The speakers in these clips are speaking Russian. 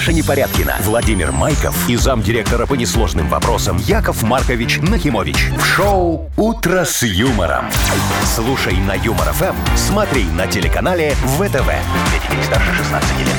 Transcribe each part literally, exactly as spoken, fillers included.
Маша Непорядкина, Владимир Майков и замдиректора по несложным вопросам Яков Маркович Нахимович. В шоу «Утро с юмором». Слушай на Юмор ФМ, смотри на телеканале ВТВ. Для детей старше шестнадцати лет.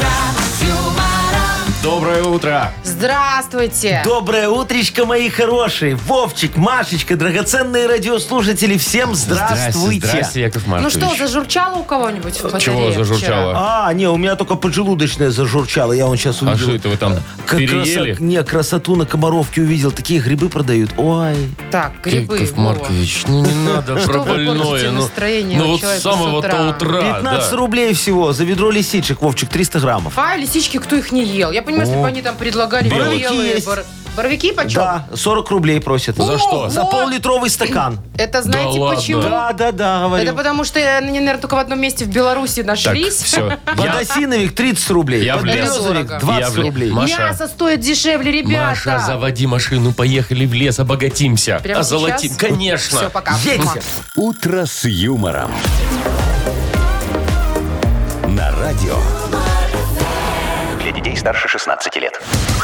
Доброе утро. Здравствуйте. Доброе утречко, мои хорошие. Вовчик, Машечка, драгоценные радиослушатели, всем здравствуйте. Здрасте, здрасте, Яков Ну Маркович. что, зажурчало у кого-нибудь в батарее Чего зажурчало? вчера? А, не, у меня только поджелудочная зажурчала, я вон сейчас увидел. А что это вы там Как переели? красо- Не, красоту на Комаровке увидел, такие грибы продают. Ой. Так, грибы. Яков Вова. Маркович, ну не надо Что про вы портите больное. Ну, настроение ну у вот с человека с самого-то утра? утра. пятнадцать да. рублей всего за ведро лисичек, Вовчик, триста граммов. А, лисички, кто их не ел? Я понимаю, если бы они там предлагали Боровики белые. есть. Бор- Боровики почем? Да, сорок рублей просят. За что? За вот. пол-литровый стакан. Это знаете Да ладно? почему? Да, да, да, говорю. Это потому что они, наверное, только в одном месте в Беларуси Так, нашлись. все. Подосиновик тридцать рублей. Я влез. Подберезовик Дорого. двадцать Я влез. рублей. Маша. Мясо стоит дешевле, ребята. Маша, заводи машину, поехали в лес, обогатимся. Прямо Озолотим. сейчас? Конечно. Все, пока. Едьте. «Утро с юмором». На радио. Для детей старше шестнадцати лет.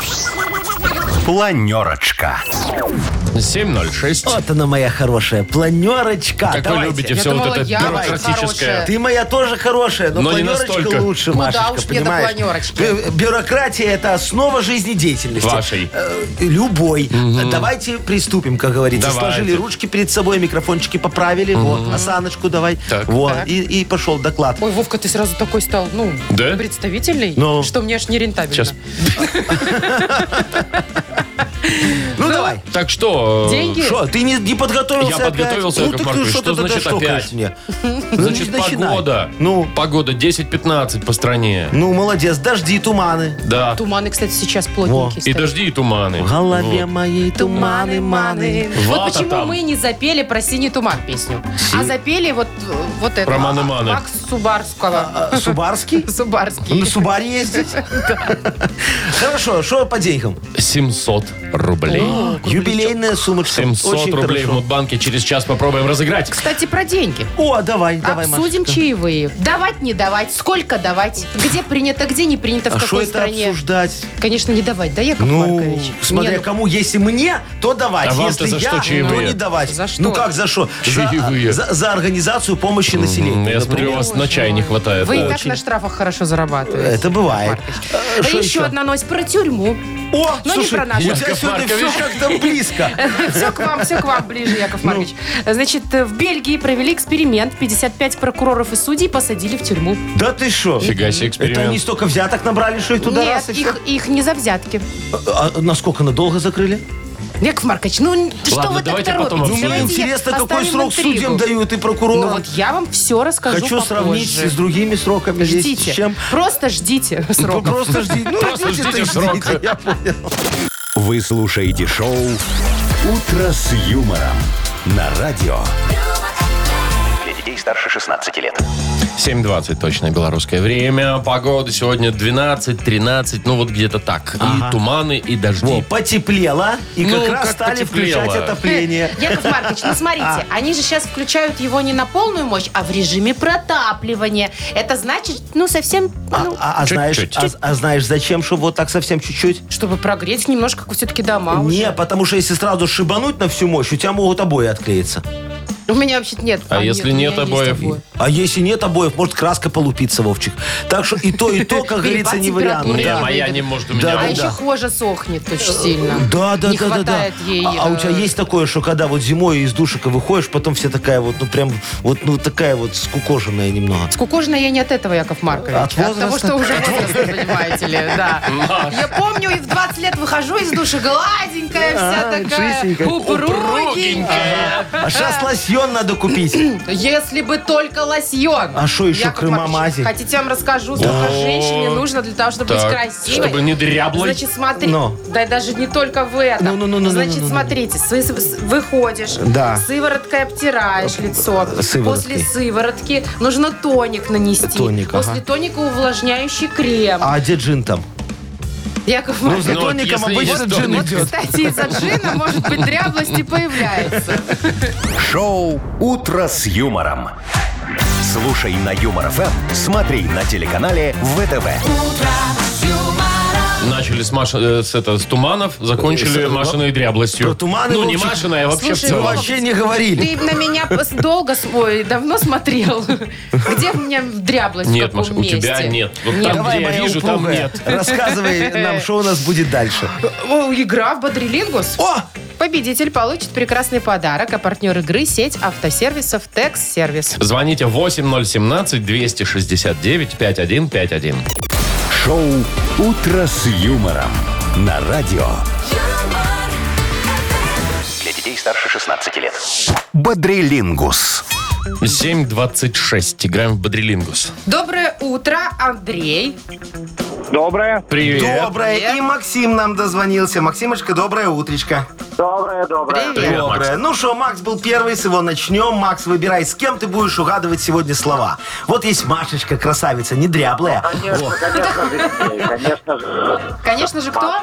Планерочка. семь ноль шесть. Вот она, моя хорошая планерочка. Как вы Давайте. любите Я все думала, вот это я бюрократическое. хорошая. Ты моя тоже хорошая, но, Но не планерочка настолько. лучше, Ну да Машечка, уж, мне до понимаешь? планерочки. Бю- Бюрократия – это основа жизнедеятельности. Вашей. Э, Любой. Давайте приступим, как говорится. Давайте. Сложили ручки перед собой, микрофончики поправили. Вот, осаночку давай. Так. Вот, Так. И, и пошел доклад. Ой, Вовка, ты сразу такой стал, ну, Да? представительный, Ну. что мне аж нерентабельно. Сейчас. Ну, давай. Так что? э, Деньги? Что, ты не, не подготовился Я опять? подготовился, Ну, Яков так Маркович. что Что ты тогда значит штукаешь опять? мне? Значит, Ну, начинай. погода. Ну, Погода десять-пятнадцать по стране. ну, молодец. Дожди, туманы. Да. Туманы, кстати, сейчас Во. плотненькие И стоят. дожди, и туманы. В голове Вот. моей туманы, маны. Вот Вата почему там. мы не запели про «Синий туман» песню, а запели вот, вот это. Про маны-маны. Макс Субарского. А, Субарский? Он Субарский. на Субаре ездит? Хорошо, что по деньгам? семьсот рублей. Юбилейная сумочка. семьсот Очень рублей в хорошо. Мудбанке. Через час попробуем разыграть. Кстати, про деньги. О, давай, давай, Обсудим Машечка. чаевые. Давать, не давать, сколько давать, где принято, где не принято, в А что какой это стране. обсуждать? Конечно, не давать, да, Яков Ну, Маркович? смотря Не, ну, кому. Если мне, то давать. А вам-то Если за я, что чаевые? то не давать. За что? Ну как за что? За- Чаевые. За, за организацию помощи населению. Я смотрю, у например. вас на чай не хватает. Вы и Да. так на штрафах хорошо зарабатываете. Это бывает. Яков Маркович. А, А что еще еще? одна новость про тюрьму. О, Но не слушай, про нашу. у тебя Яков сегодня Маркович. все как-то близко. Все к вам, все к вам ближе, Яков Маркович. Значит, в Бельгии провели эксперимент. пятьдесят пять прокуроров и судей посадили в тюрьму. Да ты что? Фига себе Это они эксперимент. столько взяток набрали, что их туда Нет, раз и их, их не за взятки. все? А, а насколько надолго закрыли? Яков Маркович, ну что Ладно, вы давайте так потом торопитесь? Ну, мне обсудим. Давайте я интересно, какой оставим срок интригу. судьям дают и Ну прокурорам. вот я вам все расскажу Хочу попозже. сравнить с другими сроками. здесь. Ждите. С чем? Просто ждите Ну, срока. Просто ждите. Ну, Просто ждите, ждите так срока. ждите, я понял. Вы слушаете шоу «Утро с юмором» на радио. Для детей старше шестнадцати лет. семь двадцать точное белорусское время. Погода сегодня двенадцать-тринадцать, ну вот где-то так. И туманы, и дожди. Во, потеплело, и Ну, как раз как стали потеплело. включать отопление. Яков Маркович, ну смотрите, они же сейчас включают его не на полную мощь, а в режиме протапливания. Это значит, ну совсем, А, ну, а- а знаешь, Чуть-чуть. а, а знаешь, зачем, чтобы вот так совсем чуть-чуть? чтобы прогреть немножко все-таки дома Не, уже. потому что если сразу шибануть на всю мощь, у тебя могут обои отклеиться. У меня вообще нет. А если у меня нет есть обоев? обои. А если нет обоев, может краска полупиться, Вовчик. Так что и то, и то, как говорится, не вариант. температуру. Не, Да. моя не может, у Да, меня. А да, еще да. кожа сохнет очень сильно. Да, да, Не да, да, да. хватает ей, А, а у э, тебя есть такое, что когда вот зимой из душика выходишь, потом вся такая вот, ну прям, вот ну такая вот скукоженная немного. Скукожная я не от этого, Яков Маркович. От того, возраста? что уже возраст, понимаете ли, да. Я помню, и в двадцать лет выхожу из души гладенькая, вся А, такая, чистенькая. упругенькая. А сейчас лосьон надо купить. Если бы только лосьон. А что еще, Яков крема Маркович, мази? хотите, я вам расскажу, сколько женщине нужно для того, чтобы быть Так, красивой. чтобы не дряблой. Значит, смотри, Но. да и даже не только в этом. Ну-ну-ну-ну-ну-ну-ну. Значит, смотрите, сы- с- выходишь, Да. сывороткой обтираешь лицо. Сывороткой. После сыворотки нужно тоник нанести. Тоник, ага. После тоника увлажняющий крем. А где джин там? Яков Ну, Маркович, за Ну, тоником если обычно есть джин тоник. вот, идет. кстати, из-за джина, может быть, дряблость и появляется. Шоу «Утро с юмором». Слушай на Юмор ФМ, смотри на телеканале ВТВ. Начали с, Маш... э, с, это, с туманов, закончили Э, с- Машиной дряблостью. про туманы, ну, не Вовчик. Машиной, а вообще Слушай, в целом. Мы вообще не говорили. Ты на меня пос- долго, с- ой, давно смотрел. Где у меня дряблость? в Нет, каком Маша, у тебя месте? нет. Вот Нет. там, Давай, где я моя вижу, там упругая, нет. рассказывай нам, что у нас будет дальше. О, игра в Бодрилингус. О! Победитель получит прекрасный подарок, а партнер игры — сеть автосервисов «Текс-сервис». Звоните восемь ноль семнадцать двести шестьдесят девять пятьдесят один пятьдесят один. Шоу «Утро с юмором» на радио. Для детей старше шестнадцати лет. Бодрилингус. семь двадцать шесть. Играем в Бодрилингус. Доброе утро, Андрей. Доброе. Привет. Доброе. Привет. И Максим нам дозвонился. Максимочка, доброе утречко. Доброе, доброе. Привет, Доброе. Макс. Ну что, Макс был первый, с его начнем. Макс, выбирай, с кем ты будешь угадывать сегодня слова. Вот есть Машечка, красавица, не дряблая. Конечно, конечно же, Сергей, конечно же. Конечно же, кто?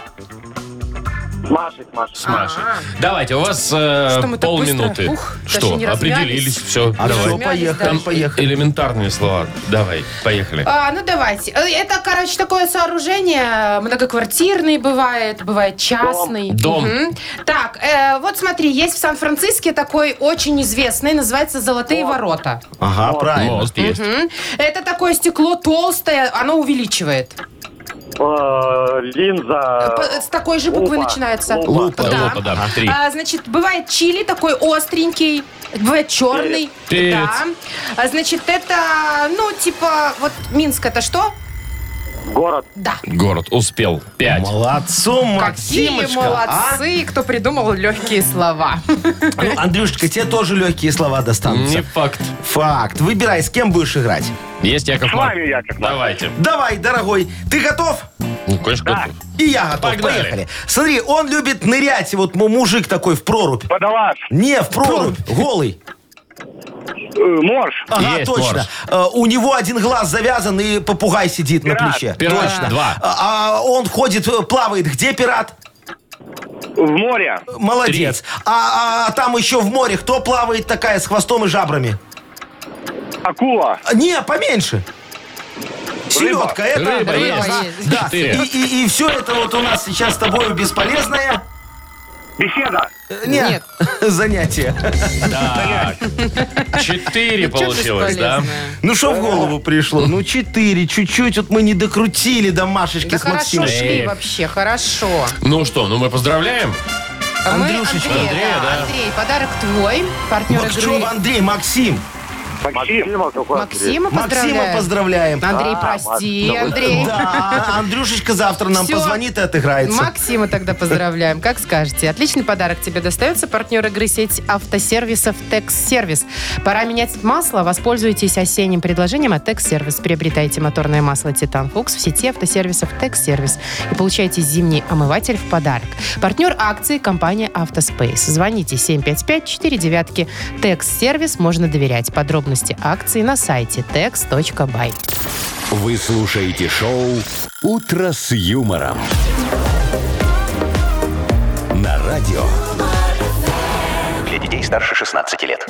Машек, Машек. С Машей. Давайте, у вас э, Что мы так полминуты. быстро? Ух, даже Что, не размялись. определились, все. А давай. все, Размялись поехали, даже. поехали. Элементарные слова. Давай, поехали. А, ну давайте. Э, Это, короче, такое сооружение многоквартирный бывает, бывает частный. Дом. Мгм. Так, э, вот смотри, есть в Сан-Франциско такой очень известный, называется «Золотые ворота». Ага, правильно. Мост есть. Мгм. Это такое стекло толстое, оно увеличивает. Э, Линза. П- С такой же буквы лупа. начинается. Лупа. Да. Лупа, да, три. А, значит, бывает чили такой остренький, бывает черный. Перец. Да. А, значит, это, ну, типа, вот Минск это что? Город. Да. Город успел. Пять. Молодцом, Какие Максимочка. а? молодцы, кто придумал легкие слова. Ну, Андрюшечка, тебе тоже легкие слова достанутся. Не факт. Факт. Выбирай, с кем будешь играть. Есть Яков С вами, Маркович. Яков Маркович. Давайте. Давай, дорогой, ты готов? Ну, конечно, Да. готов. И я готов. Погнали. Поехали. Смотри, он любит нырять, вот м- мужик такой в прорубь. Водолаз. Не, в прорубь, голый. Э, Морж. Ага, Есть точно. морж. Э, у него один глаз завязан, и попугай сидит на Пират. плече. Пират. Точно. Два. А, а он ходит, э, плавает. Где пират? В море. Молодец. А, а там еще в море кто плавает такая с хвостом и жабрами? Акула. А, Не, поменьше. Селедка, это... Рыба Рыба есть. есть. Да, Четыре. и, и, и все это вот у нас сейчас с тобой бесполезное... Беседа. э, Не, Нет. занятие. Так. Четыре Чё получилось, да? бесполезное? Ну, что в голову пришло? Ну, четыре. Чуть-чуть вот мы не докрутили до Машечки Да с хорошо Максимом. шли Эх. вообще, хорошо. Ну что, ну мы поздравляем. А мы, Андрюшечка. Андрей, Андрея, да, да. Андрей, подарок твой, партнер Мак- игры. чё, Андрей, Максим. Максима. какой Максима Максима поздравляем. поздравляем. Андрей, А, прости, Макс, Андрей. Да, Андрюшечка завтра нам Всё. позвонит и отыграется. Максима тогда поздравляем. Как скажете. Отличный подарок тебе достается. Партнер игры — сеть автосервисов «Текс-сервис». Пора менять масло. Воспользуйтесь осенним предложением от «Текс-сервис». Приобретайте моторное масло «Титан Фукс» в сети автосервисов «Текс-сервис» и получайте зимний омыватель в подарок. Партнер акции — компания «Автоспейс». Звоните семь пять пять четыре девять. «Текс-сервис» можно доверять. Подробности акции на сайте текс точка бай. Вы слушаете шоу «Утро с юмором». На радио. Для детей старше шестнадцати лет.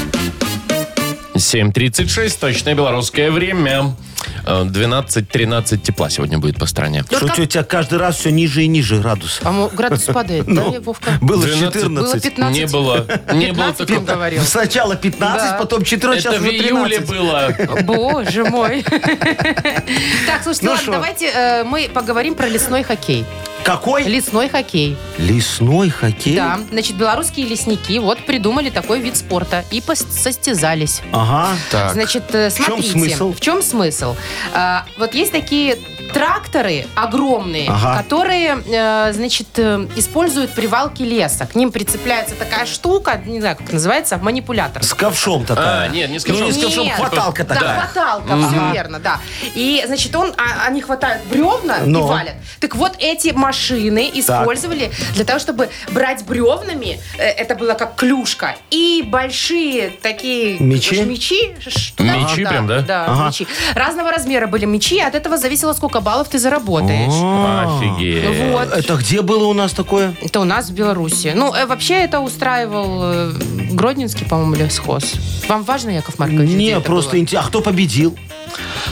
семь тридцать шесть, точное белорусское время. двенадцать тринадцать тепла сегодня будет по стране. Что у тебя каждый раз все ниже и ниже градус? А мо- градус падает, да, Вовка? Было двенадцать. Было четырнадцать. пятнадцать. Не было, не было пятнадцать он такого. говорил. Сначала пятнадцать, Да. потом четырнадцать, Это сейчас в уже июле тринадцать. было. Боже мой. Так, слушайте, Ну ладно, шо? давайте э, мы поговорим про лесной хоккей. Какой? Лесной хоккей. Лесной хоккей? Да, значит, белорусские лесники вот придумали такой вид спорта и пос- состязались. Ага. Так. Значит, э, чем смотрите. смысл? В чем смысл? А, вот есть такие тракторы огромные, Ага. которые, э, значит, э, используют привалки леса. К ним прицепляется такая штука, не знаю, как называется, манипулятор. С ковшом такая. А, нет, не с ковшом. Ну, не с ковшом, Нет. хваталка Да, такая. хваталка, все верно, да. И, значит, он, а- они хватают бревна Но. и валят. Так вот, эти машины использовали для того, чтобы брать бревнами, э, это было как клюшка, и большие такие... Мечи? Мечи? Что- Мечи прям, да? Да, Ага. мечи. Разного размера были мечи, и от этого зависело, сколько баллов ты заработаешь. Офигеть. Вот. Это где было у нас такое? Это у нас в Беларуси. Ну, э, вообще это устраивал э, Гродненский, по-моему, лесхоз. Вам важно, Яков Маркович? где Не, это просто было? интересно. А кто победил?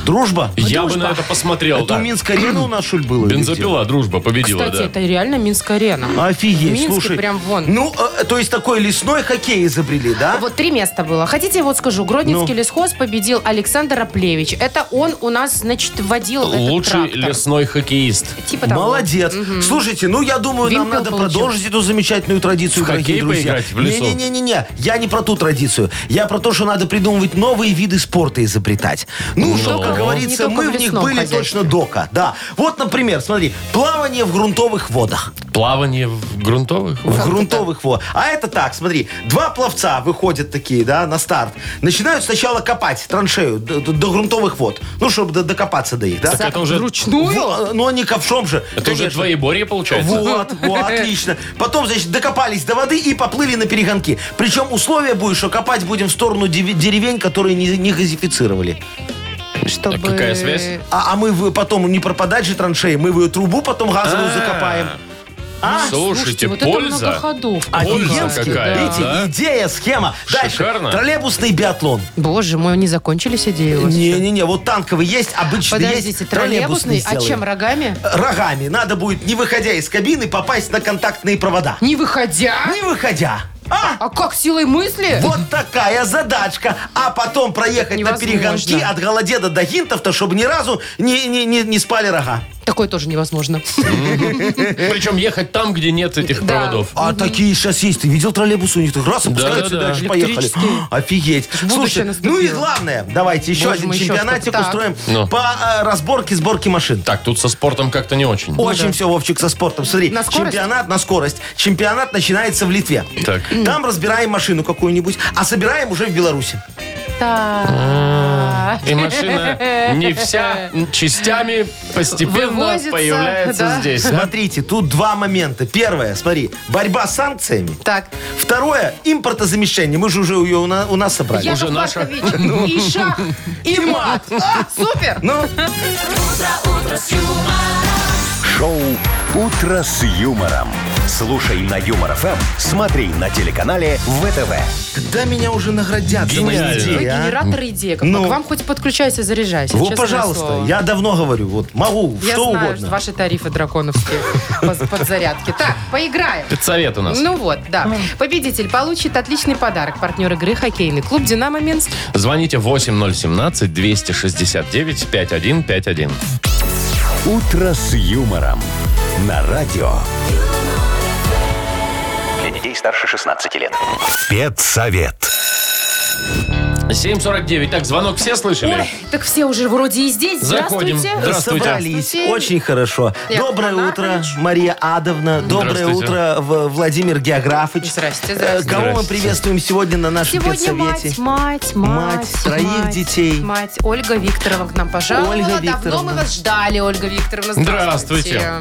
Дружба? Я бы на это посмотрел, Это да. у Минск-арены у нас, что ли, было? или где? Бензопила, дружба, победила, Кстати, да. это реально Минск-арена. Офигеть, В Минске слушай. прям вон. Ну, э, то есть такой лесной хоккей изобрели, да? Вот три места было. Хотите, я вот скажу. Гродненский Ну. лесхоз победил Александр Аплевич. Это он у нас, значит, водил этот Лучший трактор. лесной хоккеист. Типа того. Молодец. Слушайте, ну я думаю, нам Вимпел надо получил. продолжить эту замечательную традицию, В хоккей дорогие друзья. поиграть в лесу? Не-не-не-не, я не про ту традицию. Я про то, что надо придумывать новые виды спорта изобретать. Ну, что, как Не говорится, только мы в в них лесном были хозяйстве. точно дока. Да. Вот, например, смотри, плавание в грунтовых водах. Плавание в грунтовых? В грунтовых водах. А это так, смотри, два пловца выходят такие, да, на старт. Начинают сначала копать траншею до, до- до грунтовых вод. Ну, чтобы до- докопаться до них, да? Так это уже, Вручную? Во- ну, они ковшом же. это уже конечно. двоеборье получается? Вот, вот, отлично. Потом, значит, докопались до воды и поплыли на перегонки. Причем условие будет, что копать будем в сторону деви- деревень, которые не, не газифицировали. Чтобы... А какая связь? А, а мы в- потом не пропадать же траншеи, мы в ее трубу потом газовую А. закопаем. А? Слушайте, вот это польза. многоходовка. Польза Офигенски. какая, Видите, да? идея, схема. Дальше. Шикарно. Троллейбусный биатлон. Боже мой, не закончились идеи у вас? Не-не-не, вот танковый есть, обычный Подождите, есть, троллейбусный? А сделаем. чем, рогами? Рогами. Надо будет, не выходя из кабины, попасть на контактные провода. Не выходя? Не выходя. А? А как, силой мысли? Вот такая задачка. А потом проехать Невозможно. на перегонки от Голодеда до Гинтов-то, чтобы ни разу не, не, не, не спали рога. Такое тоже невозможно. Причем ехать там, где нет этих Да. проводов. А такие сейчас есть. Ты видел троллейбусы у них? Так раз, опускаются да, и да. дальше поехали. Электрические. Офигеть. будущее Слушай, наступило. ну и главное, давайте еще Боже один мой, еще чемпионатик что-то. Так. устроим Ну. по э, разборке, сборке машин. Так, тут со спортом как-то не очень. Очень да. все, Вовчик, со спортом. Смотри, На скорость? чемпионат на скорость. Чемпионат начинается в Литве. Так. Там разбираем машину какую-нибудь, а собираем уже в Беларуси. Так. И машина не вся частями постепенно Вывозится, появляется да. здесь. а? Смотрите, тут два момента. Первое, смотри, борьба с санкциями. Так. Второе, импортозамещение. Мы же уже ее у на- у нас собрали. Яков Уже наша. Маркович, и шах, и мат. А, супер. Ну, Шоу «Утро с юмором». Слушай на Юмор ФМ, смотри на телеканале ВТВ. когда меня уже наградят за мои Гениально. идеи, Вы а? генератор идей. Ну. К вам хоть подключайся, заряжайся. Вот, честное пожалуйста, слово. я давно говорю, вот могу, Я что знаю, угодно. что ваши тарифы драконовские по- подзарядки. Так, поиграем. Спецсовет у нас. Ну вот, да. Победитель получит отличный подарок. Партнер игры хоккейный клуб «Динамо Минск». Звоните восемь ноль семнадцать двести шестьдесят девять пятьдесят один пятьдесят один. «Утро с юмором» на радио. Для детей старше шестнадцати лет. Спецсовет. семь сорок девять. Так, звонок все слышали? Ой, так все уже вроде и здесь. Заходим. Здравствуйте. Здравствуйте. Собрались. Здравствуйте. Очень хорошо. Яков Доброе утро, Маркович. Мария Адовна. Доброе Здравствуйте. утро, В- Владимир Географович. Здрасте, Э, здрасте. Кого мы Здрасте. приветствуем сегодня на нашем Сегодня педсовете? мать, мать, мать. Мать троих мать, детей. Мать. Ольга Викторовна к нам пожаловала. Ольга Давно Викторовна. мы вас ждали, Ольга Викторовна. Здравствуйте.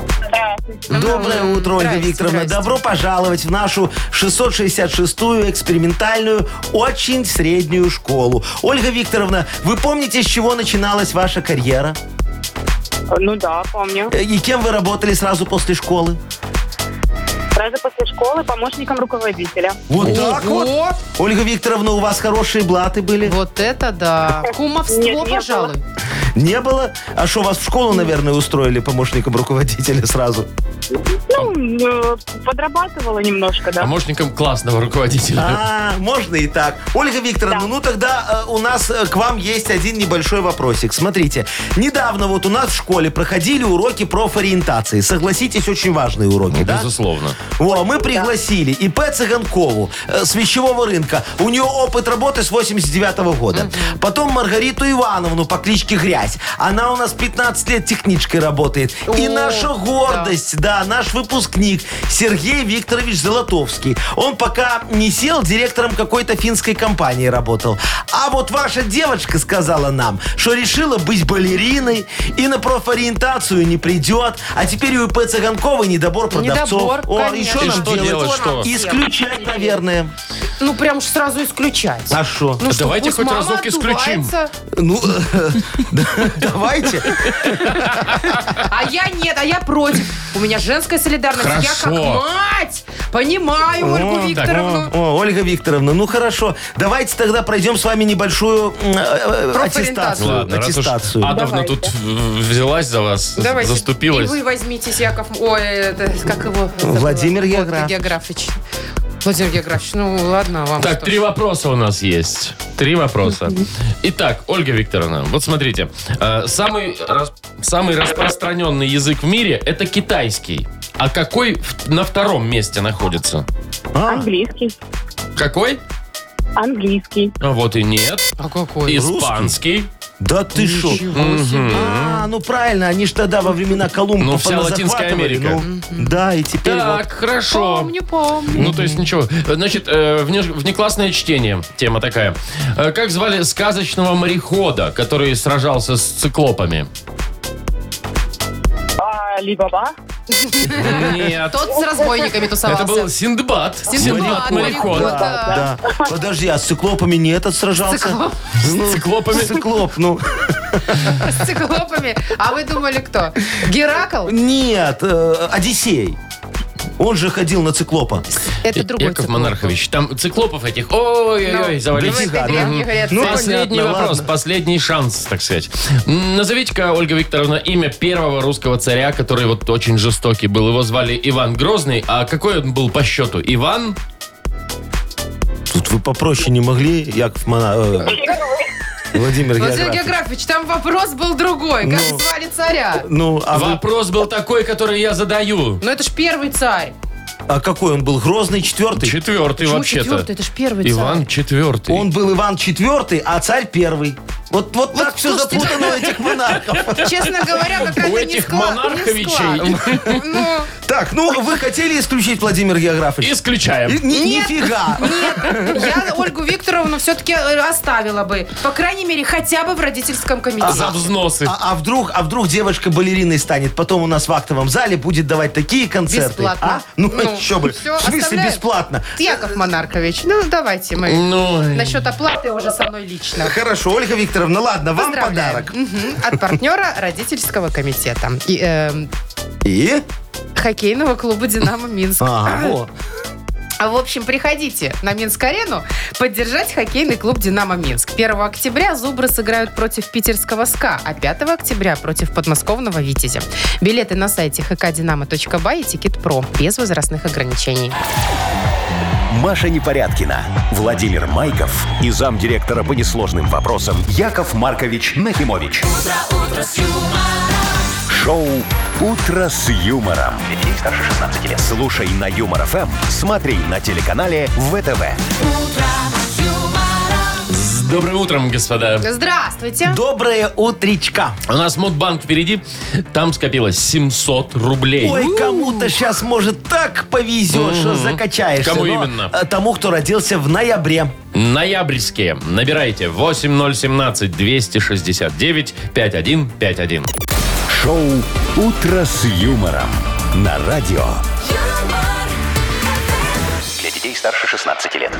Доброе М, утро, Ольга здрасте, Викторовна. здрасте. Добро пожаловать в нашу шестьсот шестьдесят шестую экспериментальную, очень среднюю школу. Ольга Викторовна, вы помните, с чего начиналась ваша карьера? Ну да, помню. Э, И кем вы работали сразу после школы? Сразу после школы помощником руководителя. Вот так вот. Ого! Ольга Викторовна, у вас хорошие блаты были? Вот это да. Кумовство, Нет, не пожалуй. Не было? А что, вас в школу, наверное, устроили помощником руководителя сразу? Ну, э, подрабатывала немножко, да. Помощником классного руководителя. А, можно и так. Ольга Викторовна, Да. ну тогда э, у нас э, к вам есть один небольшой вопросик. Смотрите, недавно вот у нас в школе проходили уроки профориентации. Согласитесь, очень важные уроки, да? Безусловно. Во, мы пригласили И П Цыганкову э, с вещевого рынка. У нее опыт работы с восемьдесят девятого года. Потом Маргариту Ивановну по кличке Грязь. Она у нас пятнадцать лет техничкой работает. И О, наша гордость, да. наш выпускник Сергей Викторович Золотовский. Он пока не сел, директором какой-то финской компании работал. А вот ваша девочка сказала нам, что решила быть балериной и на профориентацию не придет. А теперь у И П Цыганковой недобор продавцов. Недобор, О, конечно. и что И нам что делать? делать, что? Исключать, наверное. Ну, прям уж сразу исключать. А что? Ну, что, Давайте пусть хоть мама разок исключим. отдувается. Ну, давайте. А я нет, а я против. У меня женская солидарность. Я как Хорошо. мать Понимаю, Ольгу О, Викторовну. О, о, Ольга Викторовна, ну хорошо. Давайте тогда пройдем с вами небольшую м, э, э, Профориентацию. аттестацию. Ладно, раз уж аттестацию. Адовна Давайте. тут э, взялась за вас, Давайте. заступилась. И вы возьмитесь, Яков... Ой, это, как его? забыла. Владимир Вот, Географович. Географович. Владимир Географович, ну ладно, вам Так, что три ж. вопроса у нас есть. Три вопроса. Итак, Ольга Викторовна, вот смотрите. э, Самый, рас- самый распространенный язык в мире – это китайский. А какой в- на втором месте находится? А, Английский. Какой? Английский. А вот и нет. А какой? Испанский. да ты шо? Ничего себе. А, ну правильно, они ж тогда во времена Колумба Ну, вся Латинская поназахватывали, Америка. ну, да, и теперь Так, хорошо. Помню, помню. Ну, то есть ничего. Значит, э, вне- внеклассное чтение. Тема такая. Э, Как звали сказочного морехода, который сражался с циклопами? А, Ли-Баба. Нет. Тот с разбойниками тусовался. Это был Синдбад. Синдбад, мореход. мореход. да, да. Подожди, а с циклопами не этот сражался? Циклоп. С циклопами? Циклоп, ну. С циклопами. А вы думали, кто? Геракл? Нет, э, Одиссей. Он же ходил на циклопа. Это другой Яков циклоп. Монархович, там циклопов этих, ой-ой-ой, Ну, завались. в этой Дофига, да? Древней Греции. Ну, Последний понятно, вопрос, ладно. последний шанс, так сказать. М, Назовите-ка, Ольга Викторовна, имя первого русского царя, который вот очень жестокий был. Его звали Иван Грозный. А какой он был по счету? Иван? Тут вы попроще не могли, Яков Мона... э, Владимир Владимир Географович? Географович, там вопрос был другой. Как Ну. звали царя? Ну, а, вы- Вопрос был такой, который я задаю. Ну это ж первый царь. а какой он был? Грозный четвертый? Четвертый Почему вообще-то. четвертый? Это ж первый Иван царь. четвертый. Он был Иван четвертый, а царь первый. Вот, вот, так все слушайте, запутано у этих монархов. Честно говоря, какая-то У этих несклад- монарховичей. несклад. Ну, Так, ну, вы хотели исключить Владимир Географович? Исключаем. И- ни- Нет. Нифига. нет, я Ольгу Викторовну все-таки оставила бы. По крайней мере, хотя бы в родительском комитете. За взносы. А, а вдруг, а вдруг девочка балериной станет, потом у нас в актовом зале будет давать такие концерты? Бесплатно. А? Ну, Ну, еще бы. всё, В смысле оставляем? бесплатно? Яков Монархович, ну давайте мы Ну, насчет оплаты уже со мной лично. Хорошо, Ольга Викторовна, ладно, вам Поздравляем. подарок. Мгм. От партнера родительского комитета. И, эм, И? хоккейного клуба «Динамо Минск». Ага, во. А, В общем, приходите на Минск-арену поддержать хоккейный клуб «Динамо Минск». первого октября «Зубры» сыграют против питерского «СКА», а пятого октября против подмосковного «Витязя». Билеты на сайте эйч кей динамо точка бай и Тикет.Про. Без возрастных ограничений. Маша Непорядкина, Владимир Майков и замдиректора по несложным вопросам Яков Маркович Нахимович. Шоу «Утро с юмором». Для детей старше шестнадцати лет. Слушай на Юмор ФМ, смотри на телеканале ВТВ. с добрым утром, господа. Здравствуйте. Доброе утречка. У нас Мудбанк впереди. Там скопилось семьсот рублей. Ой, кому-то сейчас, может, так повезет, что закачаешься. Кому Но, именно? э, Тому, кто родился в ноябре. Ноябрьские. Набирайте восемь ноль семнадцать двести шестьдесят девять пятьдесят один пятьдесят один. Шоу «Утро с юмором» на радио. Для детей старше шестнадцати лет.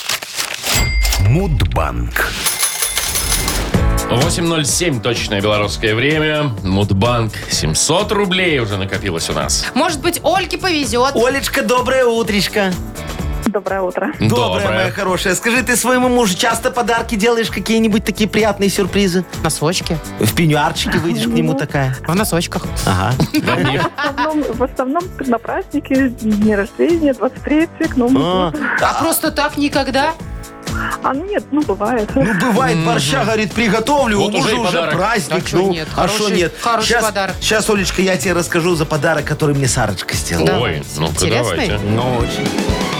Мудбанк. восемь ноль семь точное белорусское время. Мудбанк. семьсот рублей уже накопилось у нас. Может быть, Ольге повезет. Олечка, доброе утречко. Доброе утро. Доброе, моя хорошая. Скажи, ты своему мужу часто подарки делаешь, какие-нибудь такие приятные сюрпризы? Носочки. В пеньюарчике выйдешь к нему такая? В носочках. Ага. В них. В основном, в основном на праздники, дни рождения, двадцать третье, к Новому А, году. А просто так никогда? А ну нет, ну бывает. Ну, бывает, борща, говорит, приготовлю, Вот у уже мужа и уже подарок. праздник. А чё ну, нет? а что Хороший- нет? хороший сейчас, подарок. Сейчас, Олечка, я тебе расскажу за подарок, который мне Сарочка сделала. Да. Ой, ну-ка Интересный? давайте. Ну, очень.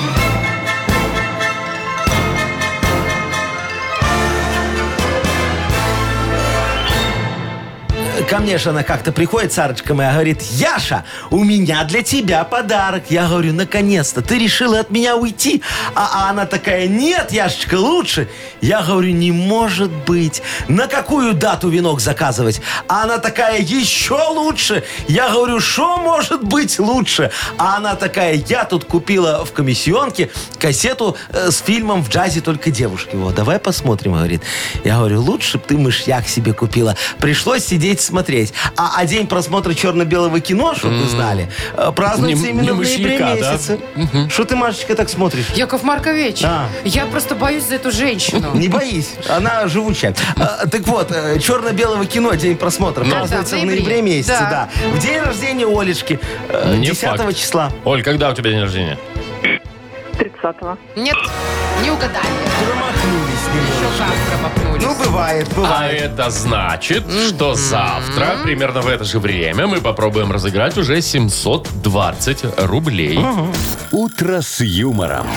Ко мне же она как-то приходит, Сарочка моя, говорит: Яша, у меня для тебя подарок. Я говорю: наконец-то, ты решила от меня уйти? А, а она такая: нет, Яшечка, лучше. Я говорю: не может быть. На какую дату венок заказывать? А она такая: еще лучше. Я говорю: что может быть лучше? А она такая: я тут купила в комиссионке кассету э, с фильмом «В джазе только девушки». Вот, давай посмотрим, говорит. Я говорю: лучше бы ты мышьяк себе купила. Пришлось сидеть смотреть. посмотреть. А, а день просмотра черно-белого кино, чтобы вы знали, э, празднуется Не- именно не в ноябре мышьяка, да? месяце. Что ты, Машечка, так смотришь? Яков Маркович, А. я просто боюсь за эту женщину. Не боись, она живучая. А, так вот, э, черно-белого кино, день просмотра, Ну. празднуется Да, в в ноябре. ноябре месяце, Да. да. В день рождения Олечки, э, Не десятого факт. числа. Оль, когда у тебя день рождения? тридцатого. Нет, не угадали. Промахнулись немного. Еще как промахнулись. Ну, бывает, А бывает. это значит, что завтра, примерно в это же время, мы попробуем разыграть уже семьсот двадцать рублей. «Утро с юмором».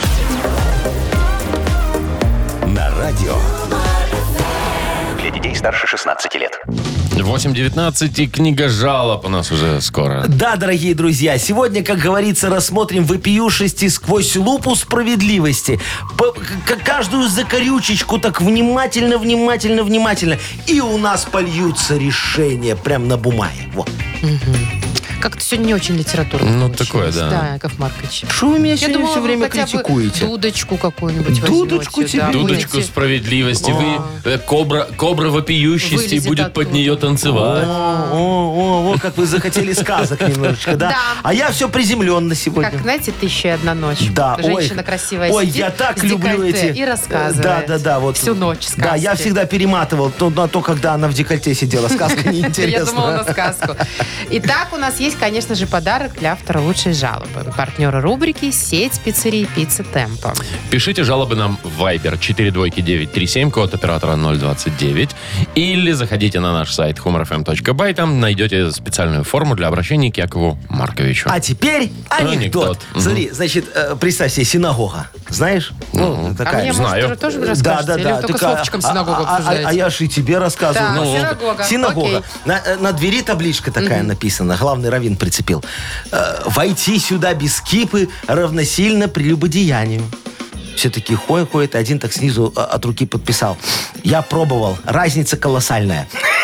На радио. Для детей старше шестнадцати лет. восемь девятнадцать и книга жалоб у нас уже скоро. Да, дорогие друзья, сегодня, как говорится, рассмотрим вопиюшести сквозь лупу справедливости. По- к- каждую закорючечку так внимательно, внимательно, внимательно. И у нас польются решения прям на бумаге. Вот. Как-то сегодня не очень литературно Ну, получилось. такое, да. Да, Яков Маркович. Что вы меня Я сегодня думала, все вы время хотя бы критикуете? дудочку какую-нибудь Дудочку возьмете, тебе? да, Дудочку будете- справедливости. Вы, э, кобра, кобра вопиющести Вылезет будет под оттуда. нее танцевать. О, о, о, вот как вы захотели сказок немножечко, да? Да. А я все приземленно сегодня. Как, знаете, «Тысяча и одна ночь». Да, Женщина ой, красивая ой, сидит я так с люблю декольте эти... и рассказывает. Да, да, да. Вот, Всю ночь сказки. Да, я всегда перематывал то, на то, когда она в декольте сидела. Сказка Я неинтересна. думала на сказку. Итак, у нас есть, конечно же, подарок для автора лучшей жалобы. Партнеры рубрики «Сеть пиццерий Пицца Темпо». Пишите жалобы нам в Viber четыре двойки девять три семь, код оператора ноль двадцать девять. Или заходите на наш сайт humor эф эм точка бай. Там найдете специальную форму для обращения к Якову Марковичу. А теперь анекдот. Анекдот. Мгм. Смотри, значит, э, представь себе, синагога. Знаешь? Ну, А такая. мне, Знаю. может, тоже Да, расскажете? да, Или да. вы только с такая- Вовчиком а- синагогу а- а- обсуждаете? А я же и тебе рассказываю. Так, Ну, синагога. Синагога. Окей. На, э, на двери табличка такая написана. Главный раввин прицепил. Э, Войти сюда без кипы равносильно прелюбодеянию. Все такие ходят, один так снизу э, от руки подписал. Я пробовал. Разница колоссальная.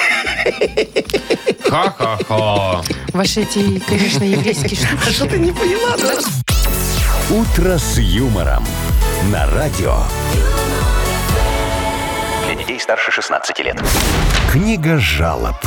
Ха-ха-ха. Ваши эти, конечно, еврейские штуки. Что ты не поняла, да? «Утро с юмором». На радио. Для детей старше шестнадцати лет. Книга жалоб.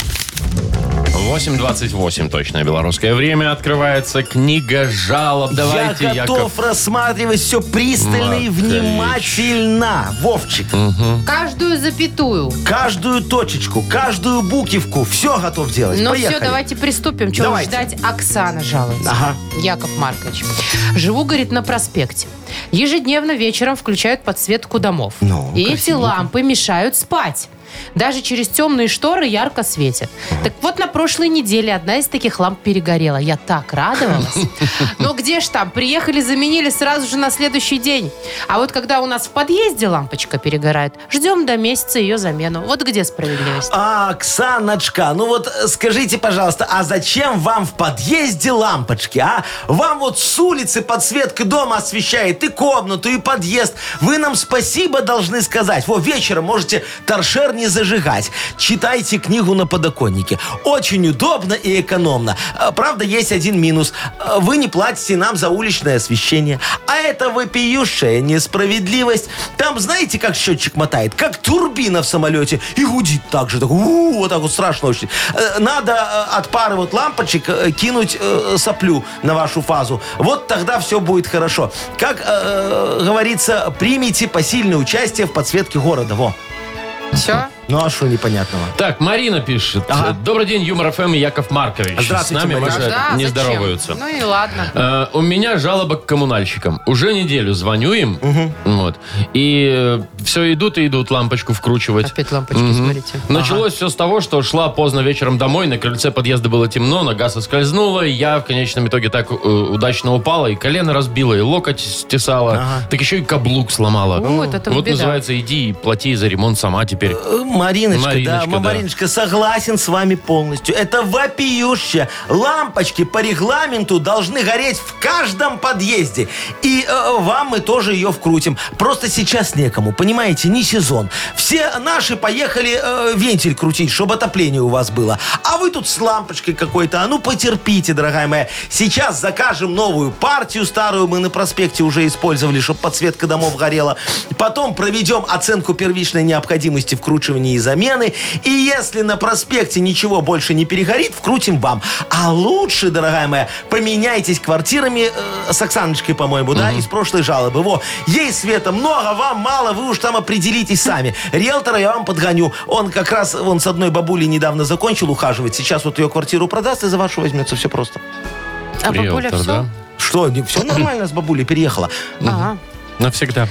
восемь двадцать восемь точное белорусское время. Открывается книга жалоб. Давайте, Я готов Яков. рассматривать все пристально и Маркович. внимательно. Вовчик. Каждую запятую. Каждую точечку, каждую букивку. Все готов делать. Ну Поехали. все, давайте приступим. Чего Давайте. ждать? Оксана жалуется. Ага. Яков Маркович. Живу, говорит, на проспекте. Ежедневно вечером включают подсветку домов. Ну, и эти красивенько. лампы мешают спать. Даже через темные шторы ярко светят. Так вот, на прошлой неделе одна из таких ламп перегорела. Я так радовалась. Но где ж там? Приехали, заменили сразу же на следующий день. А вот когда у нас в подъезде лампочка перегорает, ждем до месяца ее замену. Вот где справедливость. А, Оксаночка, ну вот э, скажите, пожалуйста, а зачем вам в подъезде лампочки, а? Вам вот с улицы подсветка дома освещает и комнату, и подъезд. Вы нам спасибо должны сказать. Во, вечером можете торшер не зажигать. Читайте книгу на подоконнике. Очень удобно и экономно. А, Правда, есть один минус. А, Вы не платите нам за уличное освещение. А это вопиющая несправедливость. Там, знаете, как счетчик мотает? Как турбина в самолете. И гудит так же. Так, у-у, вот так вот страшно очень. Э, Надо э, от пары вот лампочек э, кинуть э, соплю на вашу фазу. Вот тогда все будет хорошо. Как э, говорится, примите посильное участие в подсветке города. Во. Все? Ну а что непонятного? Так, Марина пишет. Ага. Добрый день, Юмор эф эм и Яков Маркович. Здравствуйте, С нами Марина. уже Да, не зачем? здороваются. Ну и ладно. Э, у меня жалоба к коммунальщикам. Уже неделю звоню им. Вот. И все идут и идут лампочку вкручивать. Опять лампочки, Мгм. смотрите. Началось все с того, что шла поздно вечером домой, на крыльце подъезда было темно, нога соскользнула, и я в конечном итоге так э, удачно упала, и колено разбила, и локоть стесала, так еще и каблук сломала. Вот, это вот беда. называется, иди и плати за ремонт сама теперь. Э, Мариночка, Мариночка, да, да. Мариночка, согласен с вами полностью. Это вопиюще. Лампочки по регламенту должны гореть в каждом подъезде. И э, вам мы тоже ее вкрутим. Просто сейчас некому, понимаете, не сезон. Все наши поехали э, вентиль крутить, чтобы отопление у вас было. А вы тут с лампочкой какой-то. А ну потерпите, дорогая моя. Сейчас закажем новую партию, старую мы на проспекте уже использовали, чтобы подсветка домов горела. Потом проведем оценку первичной необходимости вкручивания обслуживания и замены. И если на проспекте ничего больше не перегорит, вкрутим вам. А лучше, дорогая моя, поменяйтесь квартирами э, с Оксаночкой, по-моему, да, из прошлой жалобы. Во, ей, Света, много, вам мало, вы уж там определитесь сами. Риэлтора я вам подгоню. Он как раз, он с одной бабулей недавно закончил ухаживать. Сейчас вот ее квартиру продаст и за вашу возьмется. Все просто. А бабуля Риэлтор, все? да? Что, не- все нормально с бабулей, переехала. Ага. Навсегда.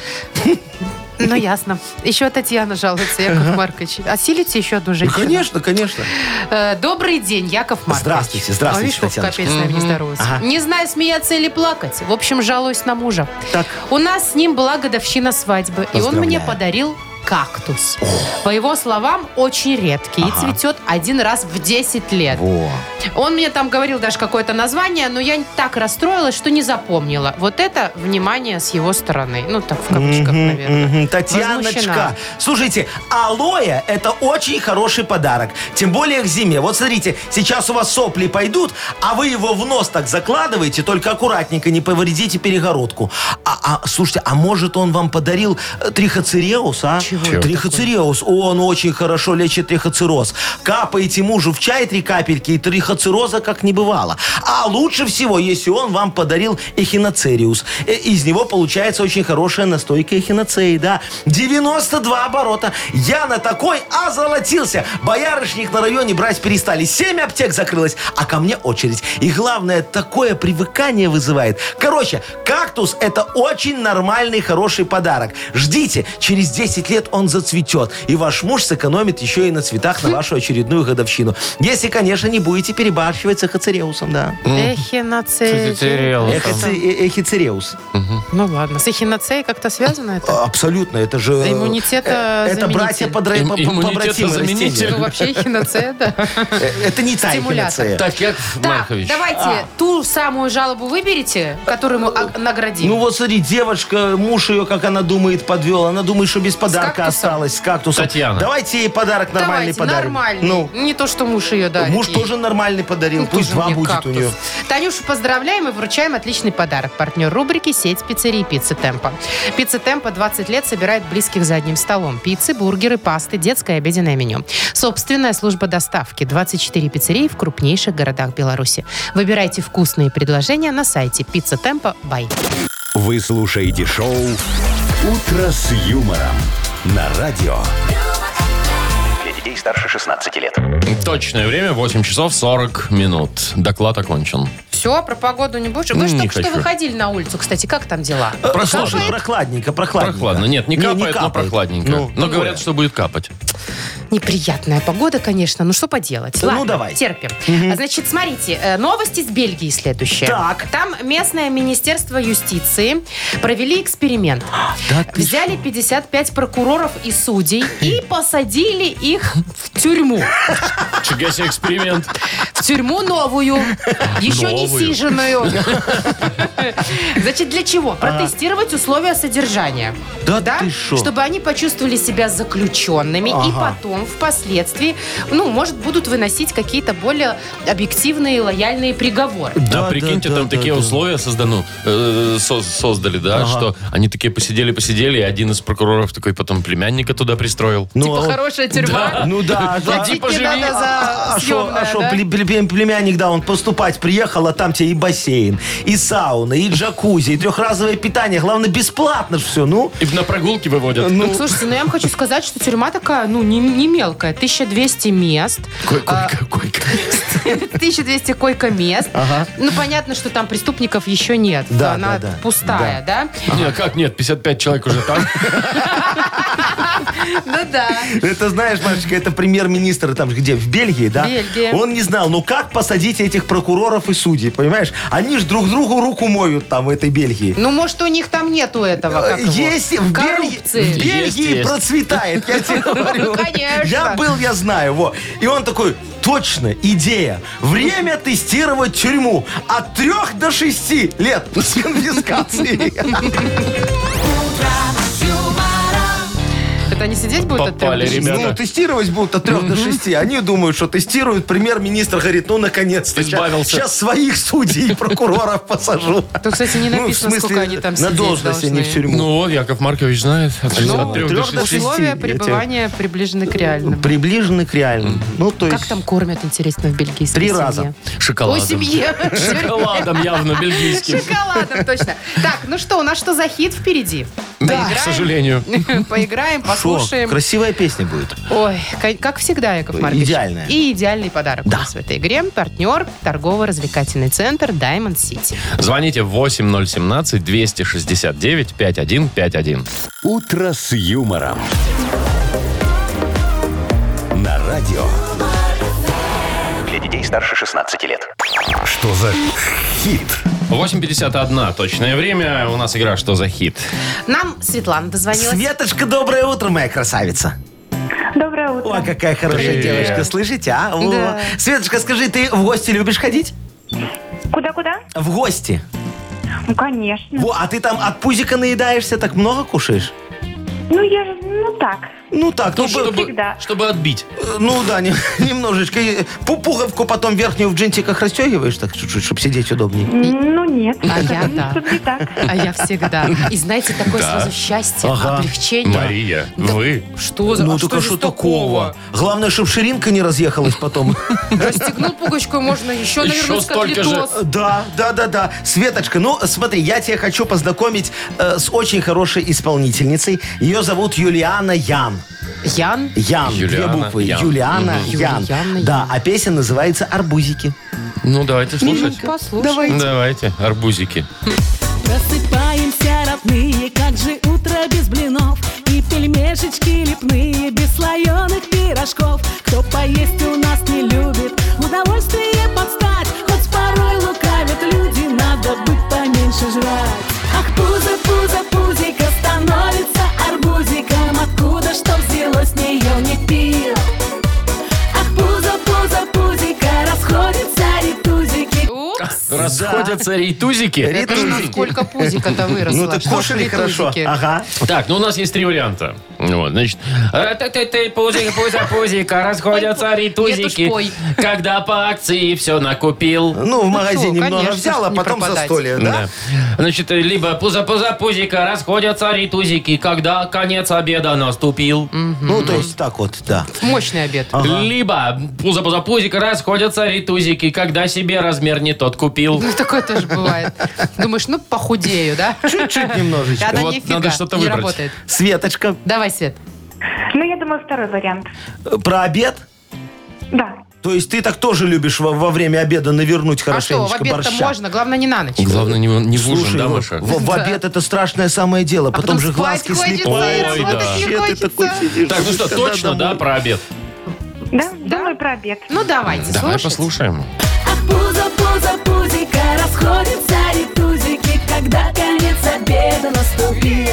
Ну, ясно. Еще Татьяна жалуется, Яков Маркович. Осилите еще одну Ну, женщину? конечно, конечно. Э, Добрый день, Яков Маркович. Здравствуйте, здравствуйте, А видишь, как Татьяночка. капец с нами не здоровается. Ага. Не знаю, смеяться или плакать. В общем, жалуюсь на мужа. Так. У нас с ним была годовщина свадьбы, и он мне Поздравляю. подарил кактус. По его словам, очень редкий и цветет один раз в десять лет. Во. Он мне там говорил даже какое-то название, но я так расстроилась, что не запомнила. Вот это внимание с его стороны. Ну, так в кавычках, Мгм, наверное. мгм. Татьяночка, Возмущена. слушайте, алоэ – это очень хороший подарок. Тем более к зиме. Вот смотрите, сейчас у вас сопли пойдут, а вы его в нос так закладываете, только аккуратненько, не повредите перегородку. А, а, слушайте, а может он вам подарил э, трихоцереус, а? Чего это Трихоцереус. Он очень хорошо лечит трихоцероз. Капаете мужу в чай три капельки, и трихоцероза как не бывало. А лучше всего, если он вам подарил эхиноцериус. Э, Из него получается очень хорошая настойка эхиноцеи, да. девяносто два оборота. Я на такой озолотился. Боярышник на районе брать перестали. Семь аптек закрылось, а ко мне очередь. И главное, такое привыкание вызывает. Короче, кактус – это очень нормальный, хороший подарок. Ждите, через десять лет он зацветет. И ваш муж сэкономит еще и на цветах на вашу очередную годовщину. Если, конечно, не будете перебарщивать с эхоцереусом, да. Эхиноцея. Эхицереус. Эхоце- э- Эхицереус. Ну ладно. С эхиноцеей как-то связано это? Абсолютно, это же... э, Иммунитета Это заменитель. братья подра- Им- по- иммунитета побратимы заменитель. растения. Ну, вообще эхиноцея, да. Э, Это не та Стимулятор. эхиноцея. Так, Яков Так, Маркович. давайте ту самую жалобу выберите, которую мы а, наградим. Ну вот смотри, девочка, муж ее, как она думает, подвел. Она думает, что без подарка кактусом? осталась, с кактусом. Татьяна. Давайте ей подарок нормальный Давайте, подарим. нормальный. Ну, Не то, что муж ее дарит. муж ей. тоже нормальный подарил. Ну, Пусть тоже два мне будет кактус. у нее. Танюшу поздравляем и вручаем отличный подарок. Партнер рубрики «Сеть пиццерий Пицца Темпо». Пицца Темпо двадцать лет собирает близких за одним столом. Пиццы, бургеры, пасты, детское обеденное меню. Собственная служба доставки. двадцать четыре пиццерии в крупнейших городах Беларуси. Выбирайте вкусные предложения на сайте Пицца Темпо Бай. Вы слушаете шоу «Утро с юмором» на радио. Для детей старше шестнадцати лет. Точное время восемь часов сорок минут. Доклад окончен. Все, про погоду не будешь? Вы же Не только что хочу. выходили на улицу, кстати. Как там дела? Прохладно. Слушай, прохладненько, прохладненько. Прохладно. Нет, не капает, но прохладненько. Ну, но ну, говорят, да. что будет капать. Неприятная погода, конечно. Ну, что поделать? Да ну, Ладно, давай. терпим. А, Значит, смотрите, э, новость из Бельгии следующая. Так. Там местное министерство юстиции провели эксперимент. Да ты Взяли пятьдесят пять прокуроров и судей и посадили их в тюрьму. Чего себе эксперимент. В тюрьму новую. Еще не Новую. сиженную. Значит, для чего? Протестировать условия содержания. Да ты шо? Чтобы они почувствовали себя заключенными и Ага. потом, впоследствии, ну, может, будут выносить какие-то более объективные и лояльные приговоры. Да, Да, прикиньте, да, там да, такие да. условия создану, э, со- создали, да, что они такие посидели-посидели, и один из прокуроров такой потом племянника туда пристроил. Ну, Типа а вот- хорошая тюрьма. Ну да, да. Платить Типа не живи. надо за А что, съемное, а шо, да? пле- пле- племянник, да, он поступать приехал, а там тебе и бассейн, и сауна, и джакузи, и трехразовое питание. Главное, бесплатно же все, ну. И на прогулки выводят. Ну, слушайте, ну я вам хочу сказать, что тюрьма такая, ну, не, не мелкая. тысяча двести мест. Кой- А, койка, койка. тысяча двести койко-мест. Ага. Ну, понятно, что там преступников еще нет. Да, Она да, да. пустая, да? Нет, как нет, пятьдесят пять человек уже там. Ну да. Это, знаешь, Машечка, это премьер-министр там где, в Бельгии, да? Бельгия. Он не знал, ну как посадить этих прокуроров и судей, понимаешь? Они же друг другу руку моют там в этой Бельгии. Ну, может, у них там нету этого, как его, Есть в Бельгии, коррупции. в Бельгии Есть, есть. процветает, я тебе говорю. Конечно. Я был, я знаю, во. И он такой, точно, идея. Время тестировать тюрьму от трех до шести лет с конфискацией. Это они сидеть будут от трех Попали, до шести? ребята. Ну, тестировать будут от трех до шести. Они думают, что тестируют. Премьер-министр говорит, ну, наконец-то. Избавился. Сейчас своих судей и прокуроров посажу. Тут, кстати, не Ну, в написано, смысле, сколько они там на сидеть должность они должны. в тюрьму. Ну, вот, Яков Маркович знает. От Ну, трех до трех до шести. шести. Условия я тебе- пребывания приближены к реальным. Приближены к реальному. Ну, то есть... Как там кормят, интересно, в бельгийской Три семье? раза. О, Шоколадом. семье. Шоколадом явно бельгийским. Шоколадом, точно. Так, ну что, у нас что за хит впереди? Да, к сожалению. Поиграем, Шо, послушаем. красивая песня будет. Ой, ка- как всегда, Яков Маркович. Идеальная. И идеальный подарок Да. у нас в этой игре. Партнер, торгово-развлекательный центр Diamond City. Звоните восемь ноль семнадцать двести шестьдесят девять пятьдесят один пятьдесят один. «Утро с юмором». На радио. Для детей старше шестнадцати лет. Что за хит? восемь пятьдесят один точное время. У нас игра «Что за хит?». Нам Светлана дозвонилась. Светочка, доброе утро, моя красавица. Доброе утро. Ой, какая хорошая Привет. девочка, слышите, а? Во. Да. Светочка, скажи, ты в гости любишь ходить? Куда-куда? В гости. Ну, конечно. Во, а ты там от пузика наедаешься, так много кушаешь? Ну, я же, ну, так. Ну так, ну, Ну, б- Чтобы, всегда. чтобы отбить. э, ну да, не- немножечко. И пу- Пуговку потом верхнюю в джинсиках расстегиваешь, так чуть-чуть, чтобы сидеть удобнее. Ну, нет. А я да. Тут не так. А я всегда. И знаете, такое Да. сразу счастье, Ага. облегчение. Мария, Да вы. Что за... Ну а только же что такого? такого? Главное, чтобы ширинка не разъехалась потом. Расстегнул пуговичку, можно еще Еще навернуть столько же. котлетос. Да, да, да, да. Светочка, ну смотри, я тебя хочу познакомить э, с очень хорошей исполнительницей. Ее зовут Юлиана Ян. Ян? Ян, две Юлиана буквы. Ян. Юлиана Мгм. Ян. Юлиана Да, Ян. а песня называется «Арбузики». Ну, давайте слушать. Послушай. Давайте, арбузики. Просыпаемся, родные, как же утро без блинов и пельмешечки лепные, без слоеных пирожков. Кто поесть у нас не любит, удовольствие подстать, хоть порой лукавят люди, надо бы поменьше жрать. Ах, пузо, пузо, пузико становится арбузиком, откуда, что взялось, не ел, не пил. Ах, пузо, пузо, пузико, расходятся ритузики. Упс. Расходятся рейтузики. Это ж насколько пузика-то выросло. Ну так Что ж кушали хорошо. ритузики? Ага. Так, ну у нас есть три варианта. Вот, значит, ты пузик, пузя, пузика, расходятся Нет уж, рейтузики. пой. Когда по акции все накупил. Ну, в магазине шо, много конечно, взял, а не потом пропадать. застолье, да? Да. Значит, либо пуза-пуза пузика, расходятся рейтузики, когда конец обеда наступил. Ну, то есть так вот, да. Мощный обед. Либо пуза-пуза пузика, расходятся рейтузики, когда себе размер не тот купил. Ну, такое тоже бывает. Думаешь, ну, похудею, да? Чуть-чуть немножечко. Она Вот нифига надо что-то не выбрать. работает. Светочка, Давай, Свет. Ну, я думаю, второй вариант. э, про обед? Да. То есть ты так тоже любишь во, во время обеда навернуть А что, в хорошенечко обед-то борща? можно, главное не на ночь. Главное, не, не в ужин, Слушай, да, в- Маша? В, в Да. обед это страшное самое дело. А потом, же спать глазки хочется, Ой, и да. работать не Вообще ты такой хочется. сидишь, Так, ну что, когда точно, да, домой? про обед? Да? Думаю, про обед. Ну, давайте, Давай слушать. послушаем. Ах, пузо, пузо, пузико, расходятся ритузики, когда конец обеда наступил.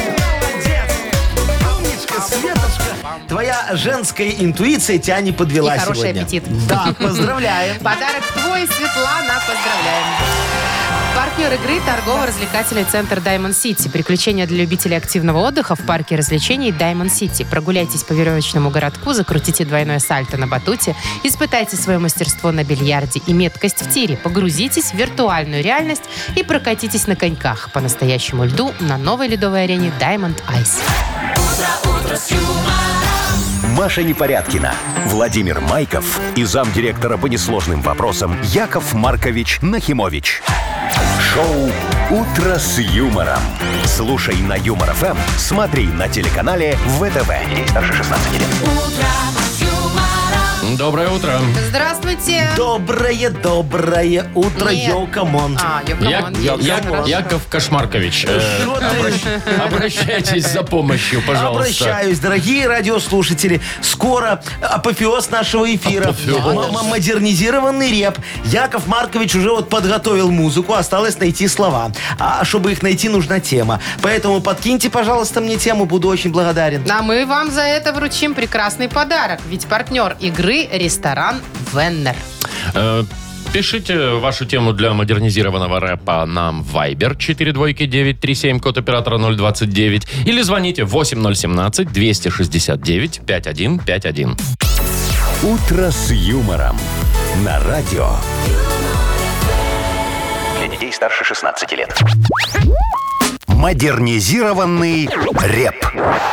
Умничка, Светочка. Твоя женская интуиция тебя не подвела И хороший сегодня. аппетит. Да, поздравляем. Подарок твой, Светлана, поздравляем. Партнер игры – торгово-развлекательный центр Diamond City. Приключения для любителей активного отдыха в парке развлечений Diamond City. Прогуляйтесь по веревочному городку, закрутите двойное сальто на батуте, испытайте свое мастерство на бильярде и меткость в тире, погрузитесь в виртуальную реальность и прокатитесь на коньках по настоящему льду на новой ледовой арене Diamond Ice. Маша Непорядкина, Владимир Майков и замдиректора по несложным вопросам Яков Маркович Нахимович. Шоу «Утро с юмором». Слушай на Юмор ФМ, смотри на телеканале ВТВ. Ей старше шестнадцати лет. Доброе утро. Здравствуйте. Доброе, доброе утро, Нет. йоу, камон. А, я, Я- камон, Я- есть, Я- хорошо. Яков Кошмаркович, э, Что ты? обращайтесь за помощью, пожалуйста. Обращаюсь, дорогие радиослушатели. Скоро апофеоз нашего эфира. Апофеоз. М- м- Модернизированный реп. Яков Маркович уже вот подготовил музыку, осталось найти слова. А чтобы их найти, нужна тема. Поэтому подкиньте, пожалуйста, мне тему, буду очень благодарен. А мы вам за это вручим прекрасный подарок. Ведь партнер игры – ресторан «Веннер». Э, Пишите вашу тему для модернизированного рэпа нам в Viber четыре двойки девять три семь, код оператора ноль двадцать девять. Или звоните восемь ноль семнадцать двести шестьдесят девять пятьдесят один пятьдесят один. «Утро с юмором» на радио. Для детей старше шестнадцати лет. Модернизированный рэп.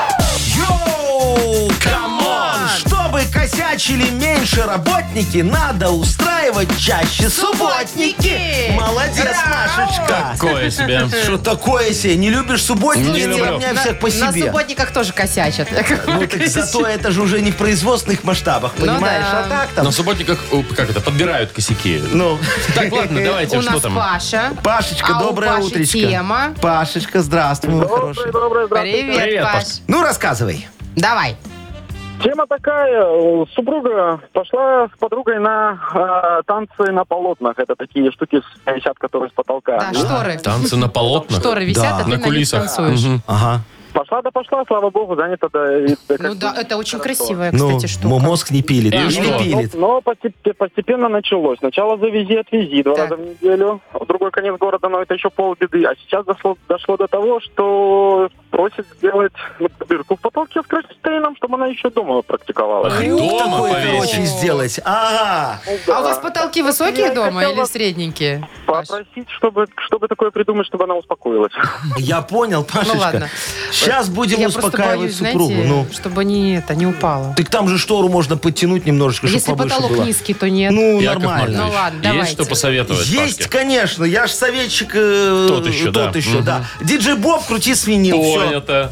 Йоу! Камон! Чтобы косячили меньше работники, надо устраивать чаще субботники. Молодец, Машечка. Такое себе. Что такое себе? Не любишь субботники? Не Ты люблю. у меня всех по На себе. субботниках тоже косячат. Ну, так зато это же уже не в производственных масштабах, понимаешь? да. А так там... На субботниках, о, как это, подбирают косяки. Ну, Так, ладно, давайте, У что нас там? Паша. Пашечка, А у доброе Паши утречко. тема. Пашечка, здравствуй, мой хороший. Доброе, здравствуйте. Привет, Привет, Паш. Паш. Ну, рассказывай. Давай. Тема такая. Супруга пошла с подругой на э, танцы на полотнах. Это такие штуки висят, которые с потолка. Да, шторы. Танцы на полотнах? Шторы висят, Да. а ты На на них кулисах. танцуешь. Мгм. Ага. Пошла да пошла, слава богу, занята. Да, и- да, Ну как да, бы это очень хорошо. красивая, Ну, кстати, штука. мо- мозг не пилит. И Ну, что? не Но, пилит. но постеп- постепенно началось. Сначала завези, отвези два Так. раза в неделю, в другой конец города, но это еще полбеды. А сейчас дошло, дошло до того, что просит сделать вот дырку в потолке с кронштейном, чтобы она еще дома практиковала. Крюк Дома такой, повесить. короче, сделать. Ага. А у вас потолки высокие Я дома хотела или средненькие? Паш? Попросить, чтобы, чтобы такое придумать, чтобы она успокоилась. Я понял, Пашечка. Ну ладно. Сейчас будем Я просто успокаивать боюсь, супругу. знаете, Ну. чтобы не, это, не упало. Так там же штору можно подтянуть немножечко, чтобы Если побольше потолок было. низкий, то нет. Ну, Яков нормально. Маркович, Ну ладно, есть давайте. что посоветовать Есть, Пашке? конечно. Я ж советчик э, Тот еще, да. тот еще, Мгм. да. Диджей Боб, крути свинил. Все. Понято.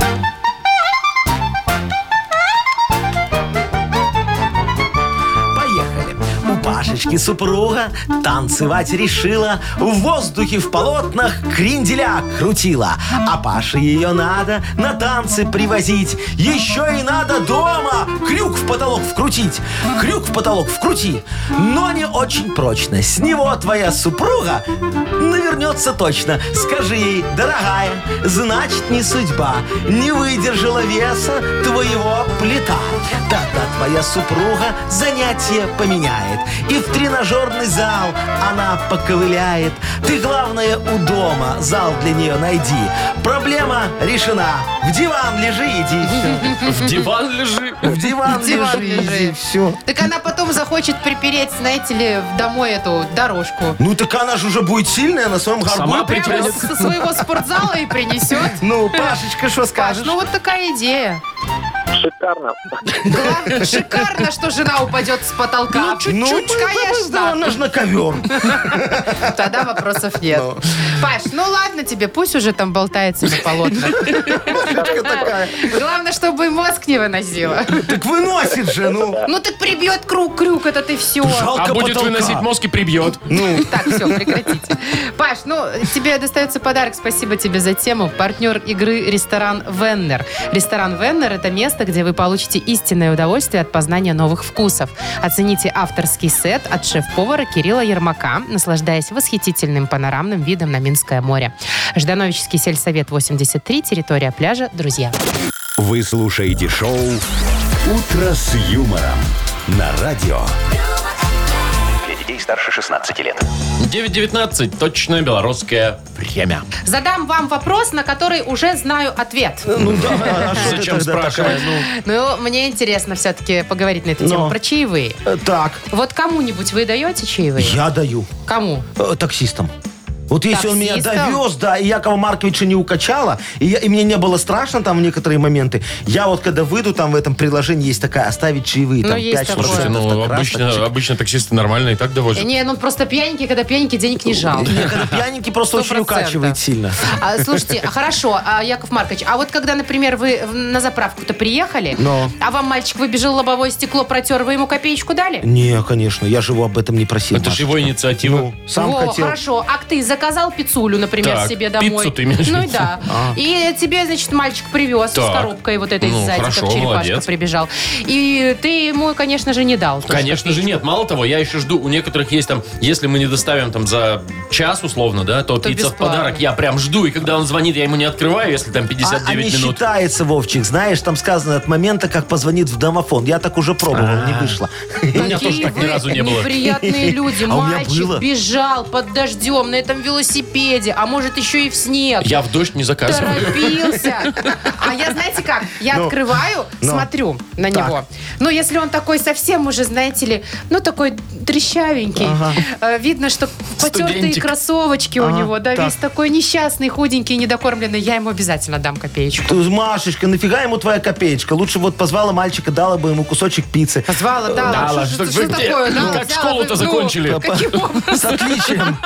Поехали. У Пашечки супруга танцевать решила, в воздухе в полотнах кренделя крутила. А Паше ее надо на танцы привозить. Еще и надо дома крюк в потолок вкрутить. Крюк в потолок вкрути, но не очень прочно. С него твоя супруга навернется точно. Скажи ей, дорогая, значит не судьба, не выдержала веса твоего плита. Тогда твоя супруга занятие поменяет, и в тренажерный зал она поковыляет. Ты, главное, у дома зал для нее найди. Проблема решена. В диван лежи, иди. В диван лежи. В диван В диван лежи, лежи. иди. Все. Так она потом захочет припереть, знаете ли, домой эту дорожку. Ну так она же уже будет сильная на своем горбу. Сама прям. Прямо притянет. со своего спортзала и принесет. Ну, Пашечка, что Паш, скажешь? ну вот такая идея. Шикарно. Главное, шикарно, что жена упадет с потолка. Ну, конечно. она же на ковер. Тогда вопросов нет. Паш, ну ладно тебе, пусть уже там болтается на полотнах. такая. Главное, чтобы мозг не выносила. Так выносит же, ну. Ну так прибьет круг, крюк этот и все. Жалко А будет потолка. выносить мозг и прибьет. Ну, Так, все, прекратите. Паш, ну, тебе достается подарок. Спасибо тебе за тему. Партнер игры «Ресторан Веннер». Ресторан Веннер – это место, где вы получите истинное удовольствие от познания новых вкусов. Оцените авторский сет от шеф-повара Кирилла Ермака, наслаждаясь восхитительным панорамным видом на Минское море. Ждановический сельсовет восемьдесят три, территория пляжа, друзья. Вы слушаете шоу «Утро с юмором» на радио. Для детей старше шестнадцати лет. девять девятнадцать, точное белорусское время. Задам вам вопрос, на который уже знаю ответ. ну да. а что ты Зачем тогда спрашивать? такая, Ну, мне интересно все-таки поговорить на эту тему Но. про чаевые. ну? Э, Так, Вот кому-нибудь вы даете чаевые? я даю Кому? э, таксистам. Вот если он меня Таксистам? довез, да, и Якова Марковича не укачало, и, я- и мне не было страшно там в некоторые моменты, я вот когда выйду, там в этом приложении есть такая, оставить чаевые, Ну, там есть пять такое. Слушайте, процентов. ну так раз, обычно, так чик. обычно таксисты нормально и так довозят. Не, ну просто пьяненький, когда пьяненький, денег не жалко. Не, когда пьяненький просто Сто очень процентов. укачивает сильно. А, слушайте, а хорошо, а, Яков Маркович, а вот когда, например, вы в- на заправку-то приехали, Но. а вам мальчик выбежал, лобовое стекло протер, вы ему копеечку дали? Не, конечно, я же его об этом не просил. Это же Машечка. его инициатива. Ну, сам Во, хотел. хорошо. А ты за заказал пиццулю, например, Так, себе домой. пиццу ты имеешь в Ну виду? да. И тебе, значит, мальчик привез с Так. коробкой вот этой Ну, сзади, хорошо, как черепашка молодец. прибежал. И ты ему, конечно же, не дал. тоже Конечно же копеечку. нет. Мало того, я еще жду. У некоторых есть там, если мы не доставим там за час условно, да, то, То пицца в бесплатно. подарок. Я прям жду. И когда он звонит, я ему не открываю, если там А, пятьдесят а не девять минут. считается, Вовчик, знаешь, там сказано от момента, как позвонит в домофон. Я так уже пробовал, не вышло. У меня тоже Какие так ни вы разу не было. неприятные люди. А у меня Мальчик было. бежал под дождем на этом велосипеде, а может еще и в снег. Я в дождь не заказываю. Торопился. А я, знаете как, я Ну, открываю, ну. смотрю на Так. него. Ну, если он такой совсем уже, знаете ли, ну, такой трещавенький. Э, Видно, что потертые Студентик. кроссовочки у Ага, него, да, так. весь такой несчастный, худенький, недокормленный. Я ему обязательно дам копеечку. Ты, Машечка, нафига ему твоя копеечка? Лучше вот позвала мальчика, дала бы ему кусочек пиццы. Позвала, дала. Дала. Что, Что- что вы где? такое? Ну, Да, как взяла школу-то бы, ну, закончили? Каким образом? С отличием.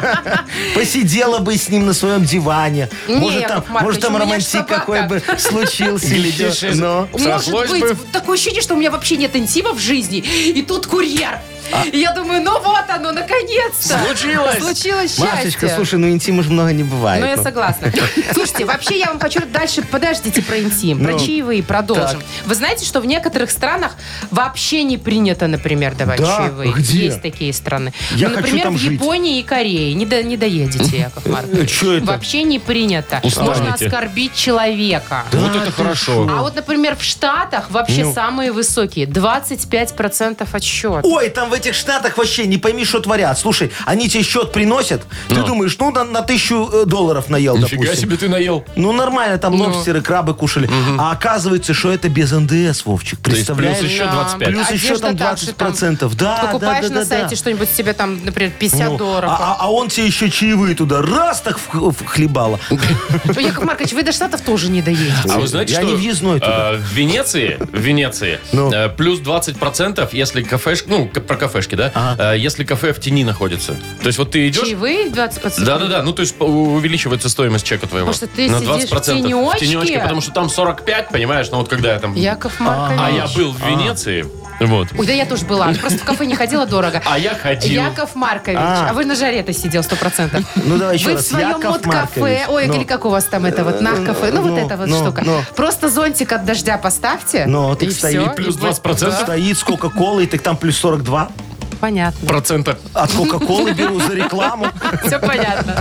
Посидела бы с ним на своем диване. Не, Может, Яков там, Маркович, может, там у меня ж романтик собака. какой бы случился. или Глядишь, что. из- Но. Может Сошлось быть, бы. такое ощущение, что у меня вообще нет интима в жизни, и тут курьер. И я думаю, ну вот оно, наконец-то. Случилось. Случилось Машечка, счастье. слушай, ну интима же много не бывает. Ну, я ну. согласна. Слушайте, вообще я вам хочу дальше, подождите про интим, про Ну, чаевые продолжим. так. Вы знаете, что в некоторых странах вообще не принято, например, давать Да? чаевые? Где? Есть такие страны. Я Ну, хочу например, там в жить. Японии и Корее. Не, до- не доедете, Яков Маркович. чё это? Вообще не принято. Можно Усложните. оскорбить человека. Вот это хорошо. А вот, например, в Штатах вообще Ну. самые высокие. двадцать пять процентов от счета. Ой, там в этих штатах вообще не пойми, что творят. Слушай, они тебе счет приносят, ты Ну. думаешь, ну, на, на тысячу э, долларов наел, Нифига допустим. себе ты наел. Ну, нормально, там Ну. лобстеры, крабы кушали. А оказывается, что это без эн дэ эс, Вовчик. То есть Представляешь? плюс еще двадцать пять. Плюс еще Одежда там так же, двадцать процентов. Да, да, Покупаешь да, на да, да. сайте что-нибудь себе там, например, пятьдесят Ну, долларов. а, а- а он тебе еще чаевые туда раз так в- вхлебало. Ну, Яков Маркович, вы до Штатов тоже не доедете. А вы знаете, Я что не въездной туда. э, в Венеции, в Венеции Ну. э, плюс двадцать процентов, если кафешки, ну, к- про кафешки, да, э, если кафе в тени находится. То есть вот ты идешь... Чаевые двадцать процентов? Да-да-да, ну то есть по- увеличивается стоимость чека твоего. Потому что ты на сидишь двадцать процентов. в тенечке? В тенечке, потому что там сорок пять, понимаешь, ну вот когда я там... Яков Маркович. А я был в Венеции, вот. Ой, да я тоже была. Просто в кафе не ходила дорого. А я ходил. Яков Маркович. А. А, вы на жаре-то сидел сто процентов. Ну, давай еще Вы в раз. своем Яков вот кафе, Маркович. ой, Ну. или как у вас там это вот, на кафе, ну, вот ну, эта вот ну, штука. ну. Просто зонтик от дождя поставьте. Ну, так и стоит всё, плюс и двадцать будет- процентов. Да, Стоит с Кока-Колой, так там плюс сорок два. Понятно. Процента. От Кока-Колы беру за рекламу. Все понятно.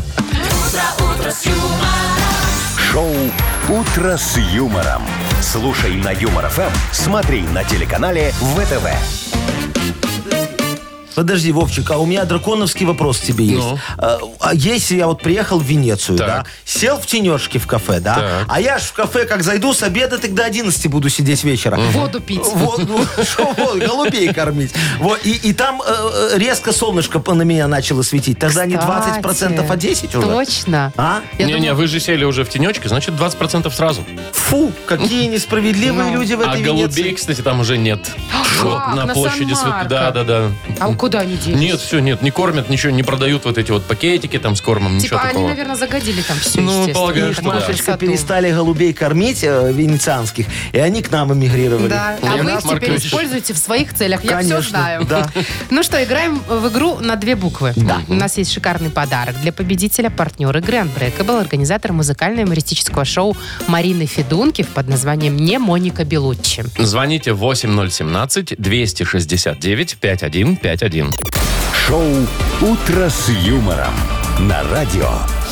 Шоу «Утро с юмором». Слушай на Юмор ФМ, смотри на телеканале вэ тэ вэ. Подожди, Вовчик, а у меня драконовский вопрос к тебе есть. Ну? А, а если я вот приехал в Венецию, Так. да, сел в тенечке в кафе, да, Так. а я ж в кафе, как зайду с обеда, так до одиннадцати буду сидеть вечера. Воду пить. Вот, ну, шо, вот, голубей кормить. Вот, и, и там э, э, резко солнышко по- на меня начало светить. Тогда не двадцать процентов, а десять уже. Точно. А? Я Не-не, думала, вы же сели уже в тенечке, значит двадцать процентов сразу. Фу, какие несправедливые Ну. люди в А этой голубей, Венеции. кстати, там уже нет. Вот, Как? на На площади Сан-Марко? Свет- Да, да, да. А куда они делись? Нет, все, нет, не кормят, ничего, не продают вот эти вот пакетики там с кормом, Типа ничего они, такого. наверное, загодили там все, Ну, естественно. полагаю, Их, что да. Машечка, Красоту. перестали голубей кормить э, венецианских, и они к нам эмигрировали. Да, а Яков вы их теперь Маркович. используете в своих целях. Я все Конечно, знаю. да. Ну что, играем в игру на две буквы. Да. У нас есть шикарный подарок для победителя, партнер игры Unbreakable, организатор музыкально-юмористического шоу Марины Федункив под названием «Не Моника Белуччи». Звоните восемь ноль семнадцать двести шестьдесят девять пятьдесят один пятьдесят один. Шоу «Утро с юмором» на радио.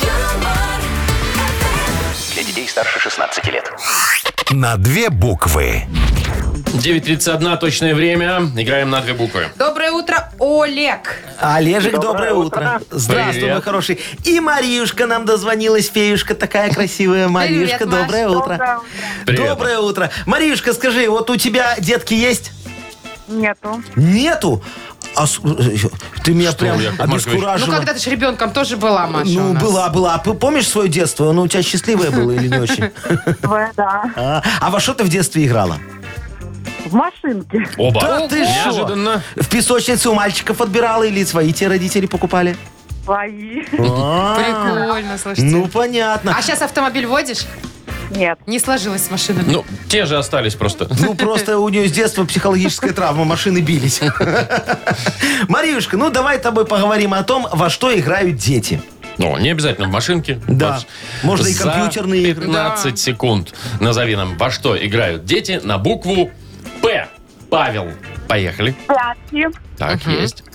Для детей старше шестнадцати лет. На две буквы. девять тридцать один точное время. Играем на две буквы. Доброе утро, Олег. Олежек, доброе, Доброе утро. утро. Здравствуй, Привет. мой хороший. И Мариюшка нам дозвонилась, феюшка такая красивая. Мариюшка, Маш. доброе утро. Доброе утро. Привет. Доброе утро. Мариюшка, скажи, вот у тебя детки есть? Нету. Нету? А с- ты меня Что, прям Яков Маркович? обескуражила. Ну, когда ты ж ребенком тоже была, Маша, у Ну, нас. была, была. П- Помнишь свое детство? Оно у тебя счастливое было или не очень? Вы, да. А а во что ты в детстве играла? В машинке. Оба. Да ты шо? Неожиданно. В песочнице у мальчиков отбирала или свои те родители покупали? Свои. А, Прикольно, слушайте. Ну, понятно. А сейчас автомобиль водишь? Нет. Не сложилось с машинами. Ну, те же остались просто. Ну, просто у нее с детства психологическая травма, машины бились. Мариюшка, ну давай с тобой поговорим о том, во что играют дети. Ну, не обязательно в машинке. Да. Вот. Можно и За компьютерные игры. пятнадцать секунд. Назови нам, во что играют дети на букву П. Павел. Поехали. Пятки, Так, есть.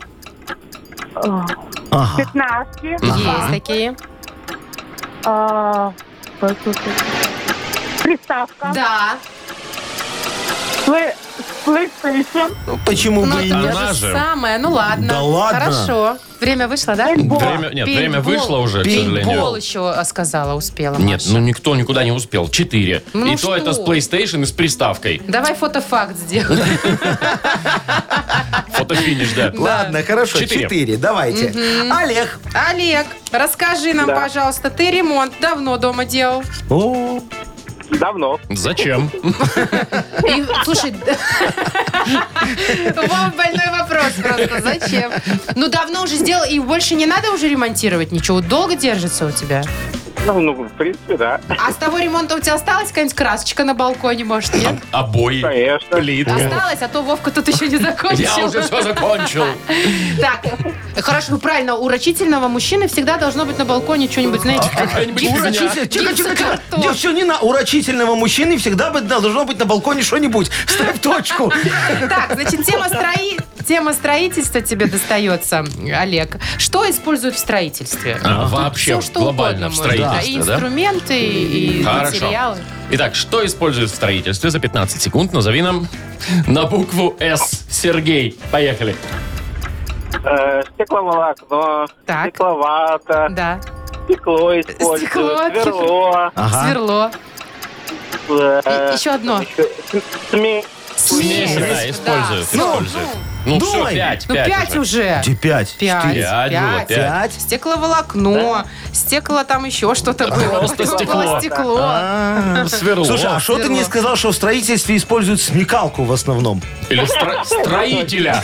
Ага. пятнашки, Есть такие. а, приставка, Да. плей- PlayStation, Ну, почему Ну, бы и это нет? Она то же же. самое. Ну, ладно. Да ладно? Хорошо. Время вышло, да? Время, нет, время Пейнтбол. вышло уже, к Пейнтбол. сожалению. Пол еще а, сказала, успела. Нет, Маша. ну никто никуда не успел. Четыре. Ну и что? то это с PlayStation и с приставкой. Давай фотофакт сделаем. Фотофиниш, да. Ладно, хорошо, Четыре. четыре. Давайте. Олег. Олег, расскажи нам, Да. пожалуйста, ты ремонт давно дома делал? О, Давно. Зачем? И, слушай, вам больной вопрос просто. Зачем? Ну, давно уже сделал, и больше не надо уже ремонтировать ничего? Долго держится у тебя? Ну, ну, в принципе, да. А с того ремонта у тебя осталась какая-нибудь красочка на балконе, может, нет? Обои. Конечно. Плитка. Осталось, а то Вовка тут еще не закончил. Я уже все закончил. Так, хорошо, ну правильно, у рачительного мужчины всегда должно быть на балконе что-нибудь, знаете, Какая-нибудь фигня. урочитель, тихо, тихо, тихо. Гипсокартон. Все не на урочительного мужчины всегда быть- должно быть на балконе что-нибудь. Ставь точку. Так, значит, тема, строи... тема строительства тебе достается, Олег. Что используют в строительстве? А, вообще, Все, что глобально в угодно можно. Да, и строительстве, да? инструменты, и Хорошо. материалы. Итак, что используют в строительстве за пятнадцать секунд? Назови нам на букву С. Сергей. Поехали. Э, стекловолокно, Так. стекловата, Да. стекло используют, Стекло. сверло. Ага. Сверло. э, И- еще одно. еще сме- Смесь, да, да. используют, Ну, используют. Ну, все, думай. пять, Ну, пять пять уже. уже. Где пять? Пять. Четыре. Пять было, пять. Пять. Стекловолокно, стекло там еще что-то было. Просто Потом стекло. было стекло. А. Сверло. Слушай, а что ты Сверло. не сказал, что в строительстве используют смекалку в основном? Или стро- строителя.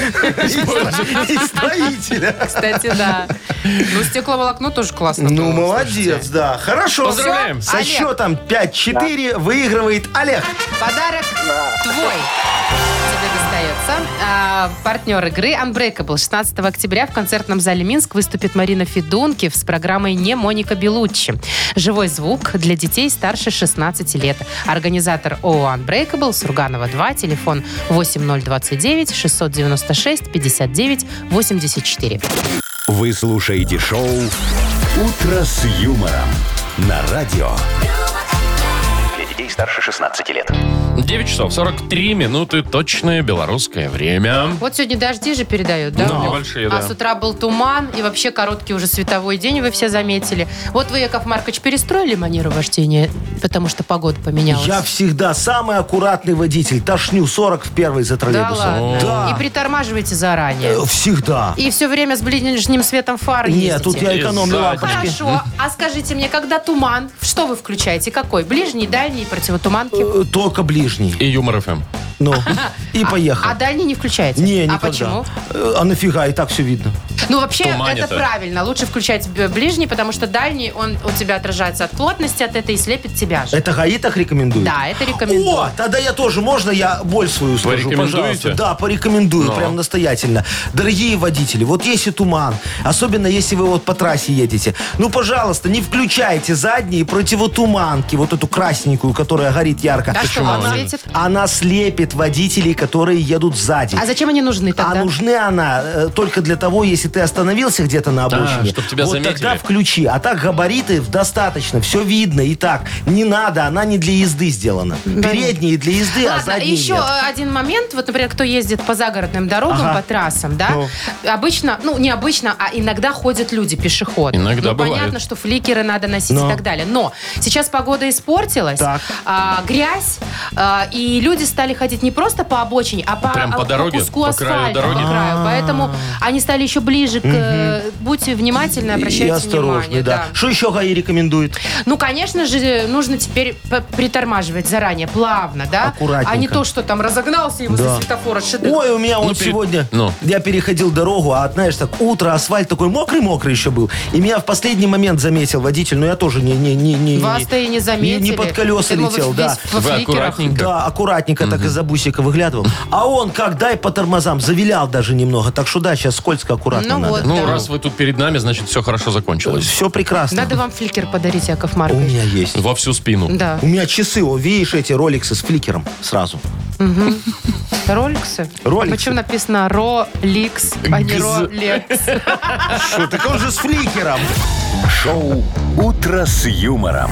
И строителя. Кстати, да. Ну, стекловолокно тоже классно. Ну, было, молодец, слушайте. да. Хорошо. Поздравляем. Со Олег. счетом пять-четыре выигрывает Олег. Подарок твой. Тебе достается. А, партнер игры Unbreakable. шестнадцатого октября в концертном зале Минск выступит Марина Федункив с программой «Не Моника Белуччи». Живой звук для детей старше шестнадцати лет. Организатор ООО Unbreakable, Сурганова два, телефон восемь ноль двадцать девять шестьсот девяносто шесть пятьдесят девять восемьдесят четыре. Вы слушаете шоу «Утро с юмором» на радио. Для детей старше шестнадцати лет. девять часов сорок три минуты, точное белорусское время. Вот сегодня дожди же передают, да? Ну, небольшие, да. А с утра был туман, и вообще короткий уже световой день, вы все заметили. Вот вы, Яков Маркович, перестроили манеру вождения, потому что погода поменялась? Я всегда самый аккуратный водитель. Тошню сорок в первый за Да троллейбусом. ладно? Да. И притормаживайте заранее. Э, Всегда. И все время с ближним светом фар Нет, ездите. тут я И экономлю сзади. лампочки. Хорошо. А скажите мне, когда туман, что вы включаете? Какой? Ближний, дальний, противотуманки? Э, Только ближний. И Юмор ФМ. Ну, и поехал. А дальний не включаете? Не, А никогда. почему? Э, А нафига, и так все видно. Ну, вообще, Тумане-то. это правильно. Лучше включать б- ближний, потому что дальний, он у тебя отражается от плотности от этой и слепит тебя же. Это ГАИ так рекомендует? Да, это рекомендую. О, тогда я тоже, можно я боль свою скажу, рекомендуете? пожалуйста? Да, порекомендую, Но. прям настоятельно. Дорогие водители, вот если туман, особенно если вы вот по трассе едете, ну, пожалуйста, не включайте задние противотуманки, вот эту красненькую, которая горит ярко. А что, вам светит? Она слепит водителей, которые едут сзади. А зачем они нужны А тогда? нужны она э, только для того, если ты остановился где-то на обочине. чтоб тебя вот заметили. тогда включи. А так габариты достаточно, все видно. И так, не надо, она не для езды сделана. Передние для езды, а Ладно, задние еще нет. один момент. Вот, например, кто ездит по загородным дорогам, Ага. по трассам, да? Ну. Обычно, ну, не обычно, а иногда ходят люди, пешеходы. Иногда ну, бывает. понятно, что фликеры надо носить Но. и так далее. Но сейчас погода испортилась, Так. а, грязь, а, и люди стали ходить не просто по обочине, а по, Прям по а, дороге, куску по краю асфальта, дороги? по краю. Поэтому они стали еще ближе к... э, Будьте внимательны, И обращайте осторожны, внимание. да. Что еще ГАИ рекомендует? Ну, конечно же, нужно теперь п- притормаживать заранее, плавно, да? Аккуратненько. А не то, что там разогнался и возле Да. светофора шедык. Ой, у меня Ну, вот пи- сегодня, ну. я переходил дорогу, а знаешь, так утро, асфальт такой мокрый-мокрый еще был. И меня в последний момент заметил водитель, но я тоже не, не, не, не, Вас-то и не заметили. не под колеса Я думала, летел, вы да. весь во Вы фликерах. аккуратненько. Да, аккуратненько так из-за Бусика выглядывал. А он, как дай по тормозам, завилял даже немного. Так что да, сейчас скользко, аккуратно Ну надо. вот. Ну, Да. раз вы тут перед нами, значит, все хорошо закончилось. Все прекрасно. Надо вам фликер подарить, Яков У Маркович. меня есть. Во всю спину. Да. У меня часы, о, видишь, эти роликсы с фликером сразу. Роликсы? Роликсы. Почему написано Роликс, а не Гз. Ролекс? Что, так он же с фликером. Шоу «Утро с юмором».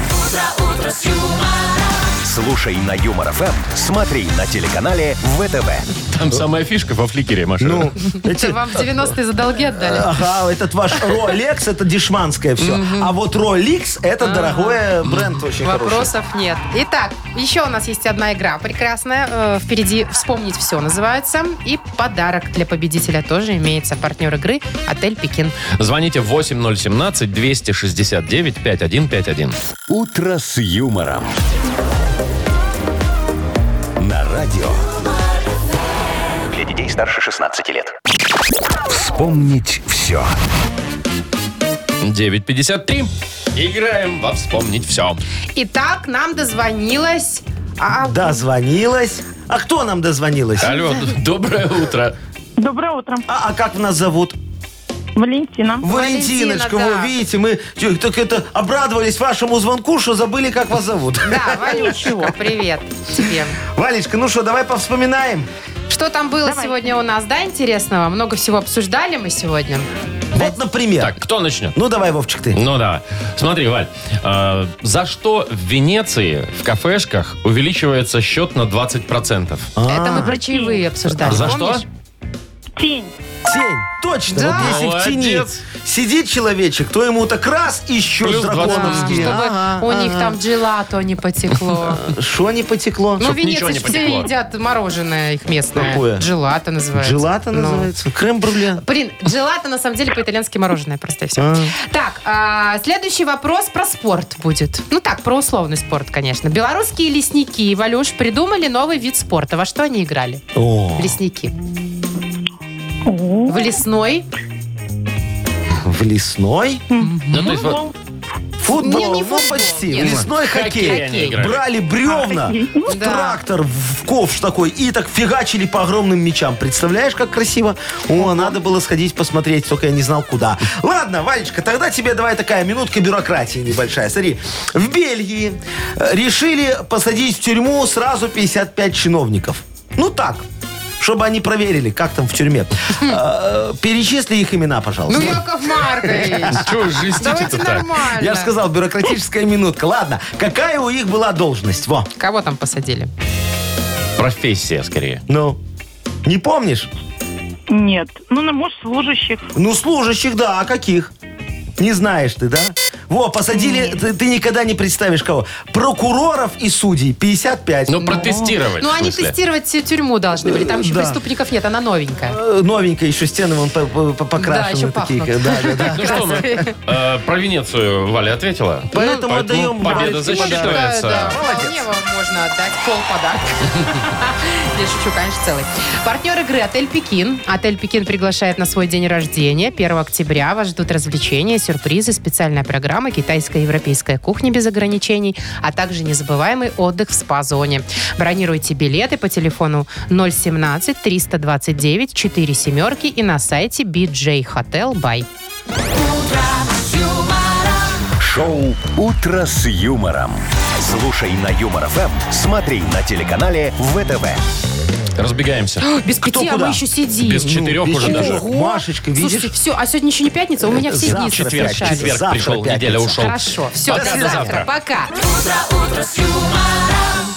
Слушай на Юмор ФМ, смотри на телеканале ВТВ. Там самая фишка во фликере, Маша. Ну, эти... Это вам в девяностые за долги отдали? Ага, этот ваш Rolex, это дешманское все. А вот Rolex, это дорогой бренд, очень хороший. Вопросов нет. Итак, еще у нас есть одна игра прекрасная. Э, Впереди «Вспомнить все» называется. И подарок для победителя тоже имеется. Партнер игры «Отель Пекин». Звоните восемь ноль семнадцать двести шестьдесят девять пятьдесят один пятьдесят один. «Утро с юмором». На радио. Для детей старше шестнадцати лет. Вспомнить все. девять пятьдесят три. Играем во «Вспомнить все». Итак, нам дозвонилась... А, Дозвонилась. А кто нам дозвонилась? Алло, д- доброе утро. Доброе утро. А, а как нас зовут? Валентина. Валентиночка, Валентина, вы да. видите, мы тё, так это обрадовались вашему звонку, что забыли, как вас зовут. Да, Валючка, привет тебе. Валечка, ну что, давай повспоминаем. Что там было сегодня у нас, да, интересного? Много всего обсуждали мы сегодня. Вот, например. Так, кто начнет? Ну, давай, Вовчик, ты. Ну да. Смотри, Валь, э, за что в Венеции в кафешках увеличивается счет на двадцать процентов? Это мы про чаевые обсуждали. За помнишь? что? Тень. Тень, точно. Да. Вот если в тени Молодец. сидит человечек, то ему так раз и счет Плюс драконовский. Чтобы Ага, у них ага. там джелато не потекло. Что не потекло? Ну, в ничего Венеции не ж все потекло. едят мороженое их местное. Какое? Джелато называется. Джелато Ну. называется? Крем-брюле. Блин, джелато на самом деле по-итальянски мороженое просто и все. А. Так, а, следующий вопрос про спорт будет. Ну так, про условный спорт, конечно. Белорусские лесники, Валюш, придумали новый вид спорта. Во что они играли? О, Лесники. В лесной. в лесной Ну, то есть вот футбол, Не, не ну футбол, почти. нет. Лесной хоккей хоккей. они играли. Брали бревна, в Да. трактор, в ковш такой, и так фигачили по огромным мячам. Представляешь, как красиво? О, надо было сходить посмотреть, только я не знал, куда. Ладно, Валечка, тогда тебе давай такая минутка бюрократии небольшая. Смотри, в Бельгии э, решили посадить в тюрьму сразу пятьдесят пять чиновников. Ну так, чтобы они проверили, как там в тюрьме. Э, Перечисли их имена, пожалуйста. Ну, Яков Маркович. что ж жестите-то Давайте так? нормально. Я же сказал, бюрократическая минутка. Ладно, какая у них была должность? Во, Кого там посадили? Профессия, скорее. ну, не помнишь? Нет. Ну, на может, служащих. Ну, служащих, да, а каких? Не знаешь ты, да? Во, посадили, ты, ты никогда не представишь кого. Прокуроров и судей пятьдесят пять. Ну, протестировать, Ну, в они смысле. тестировать тюрьму должны были. Там еще Да. преступников нет, она новенькая. Э, Новенькая еще стены вон по- по- по- покрашены. еще такие, пахнут. да, да, да. Ну что, мы э, про Венецию Валя ответила? Поэтому отдаем победа Валечке засчитывается. Да, да. Молодец. Вполне вам можно отдать пол подарка. Я шучу, конечно, целый. Партнер игры «Отель Пекин». «Отель Пекин» приглашает на свой день рождения. первого октября вас ждут развлечения, сюрпризы, специальная программа, китайская и европейская кухня без ограничений, а также незабываемый отдых в спа-зоне. Бронируйте билеты по телефону ноль семнадцать триста двадцать девять четыре семерки и на сайте би джей Hotel by. Шоу «Утро с юмором». Слушай на Юмор ФМ, смотри на телеканале ВТВ. Разбегаемся. Без пяти, а куда? мы еще сидим. Без четырех без уже даже. четырех. Машечка, видишь? Слушайте, все, а сегодня еще не пятница, у меня все дни Завтра Четверг, смешались. четверг Завтра пришел, пятница. неделя ушел. Хорошо, все, Пока, до до завтра. завтра. Пока. Утро, утро с юмором.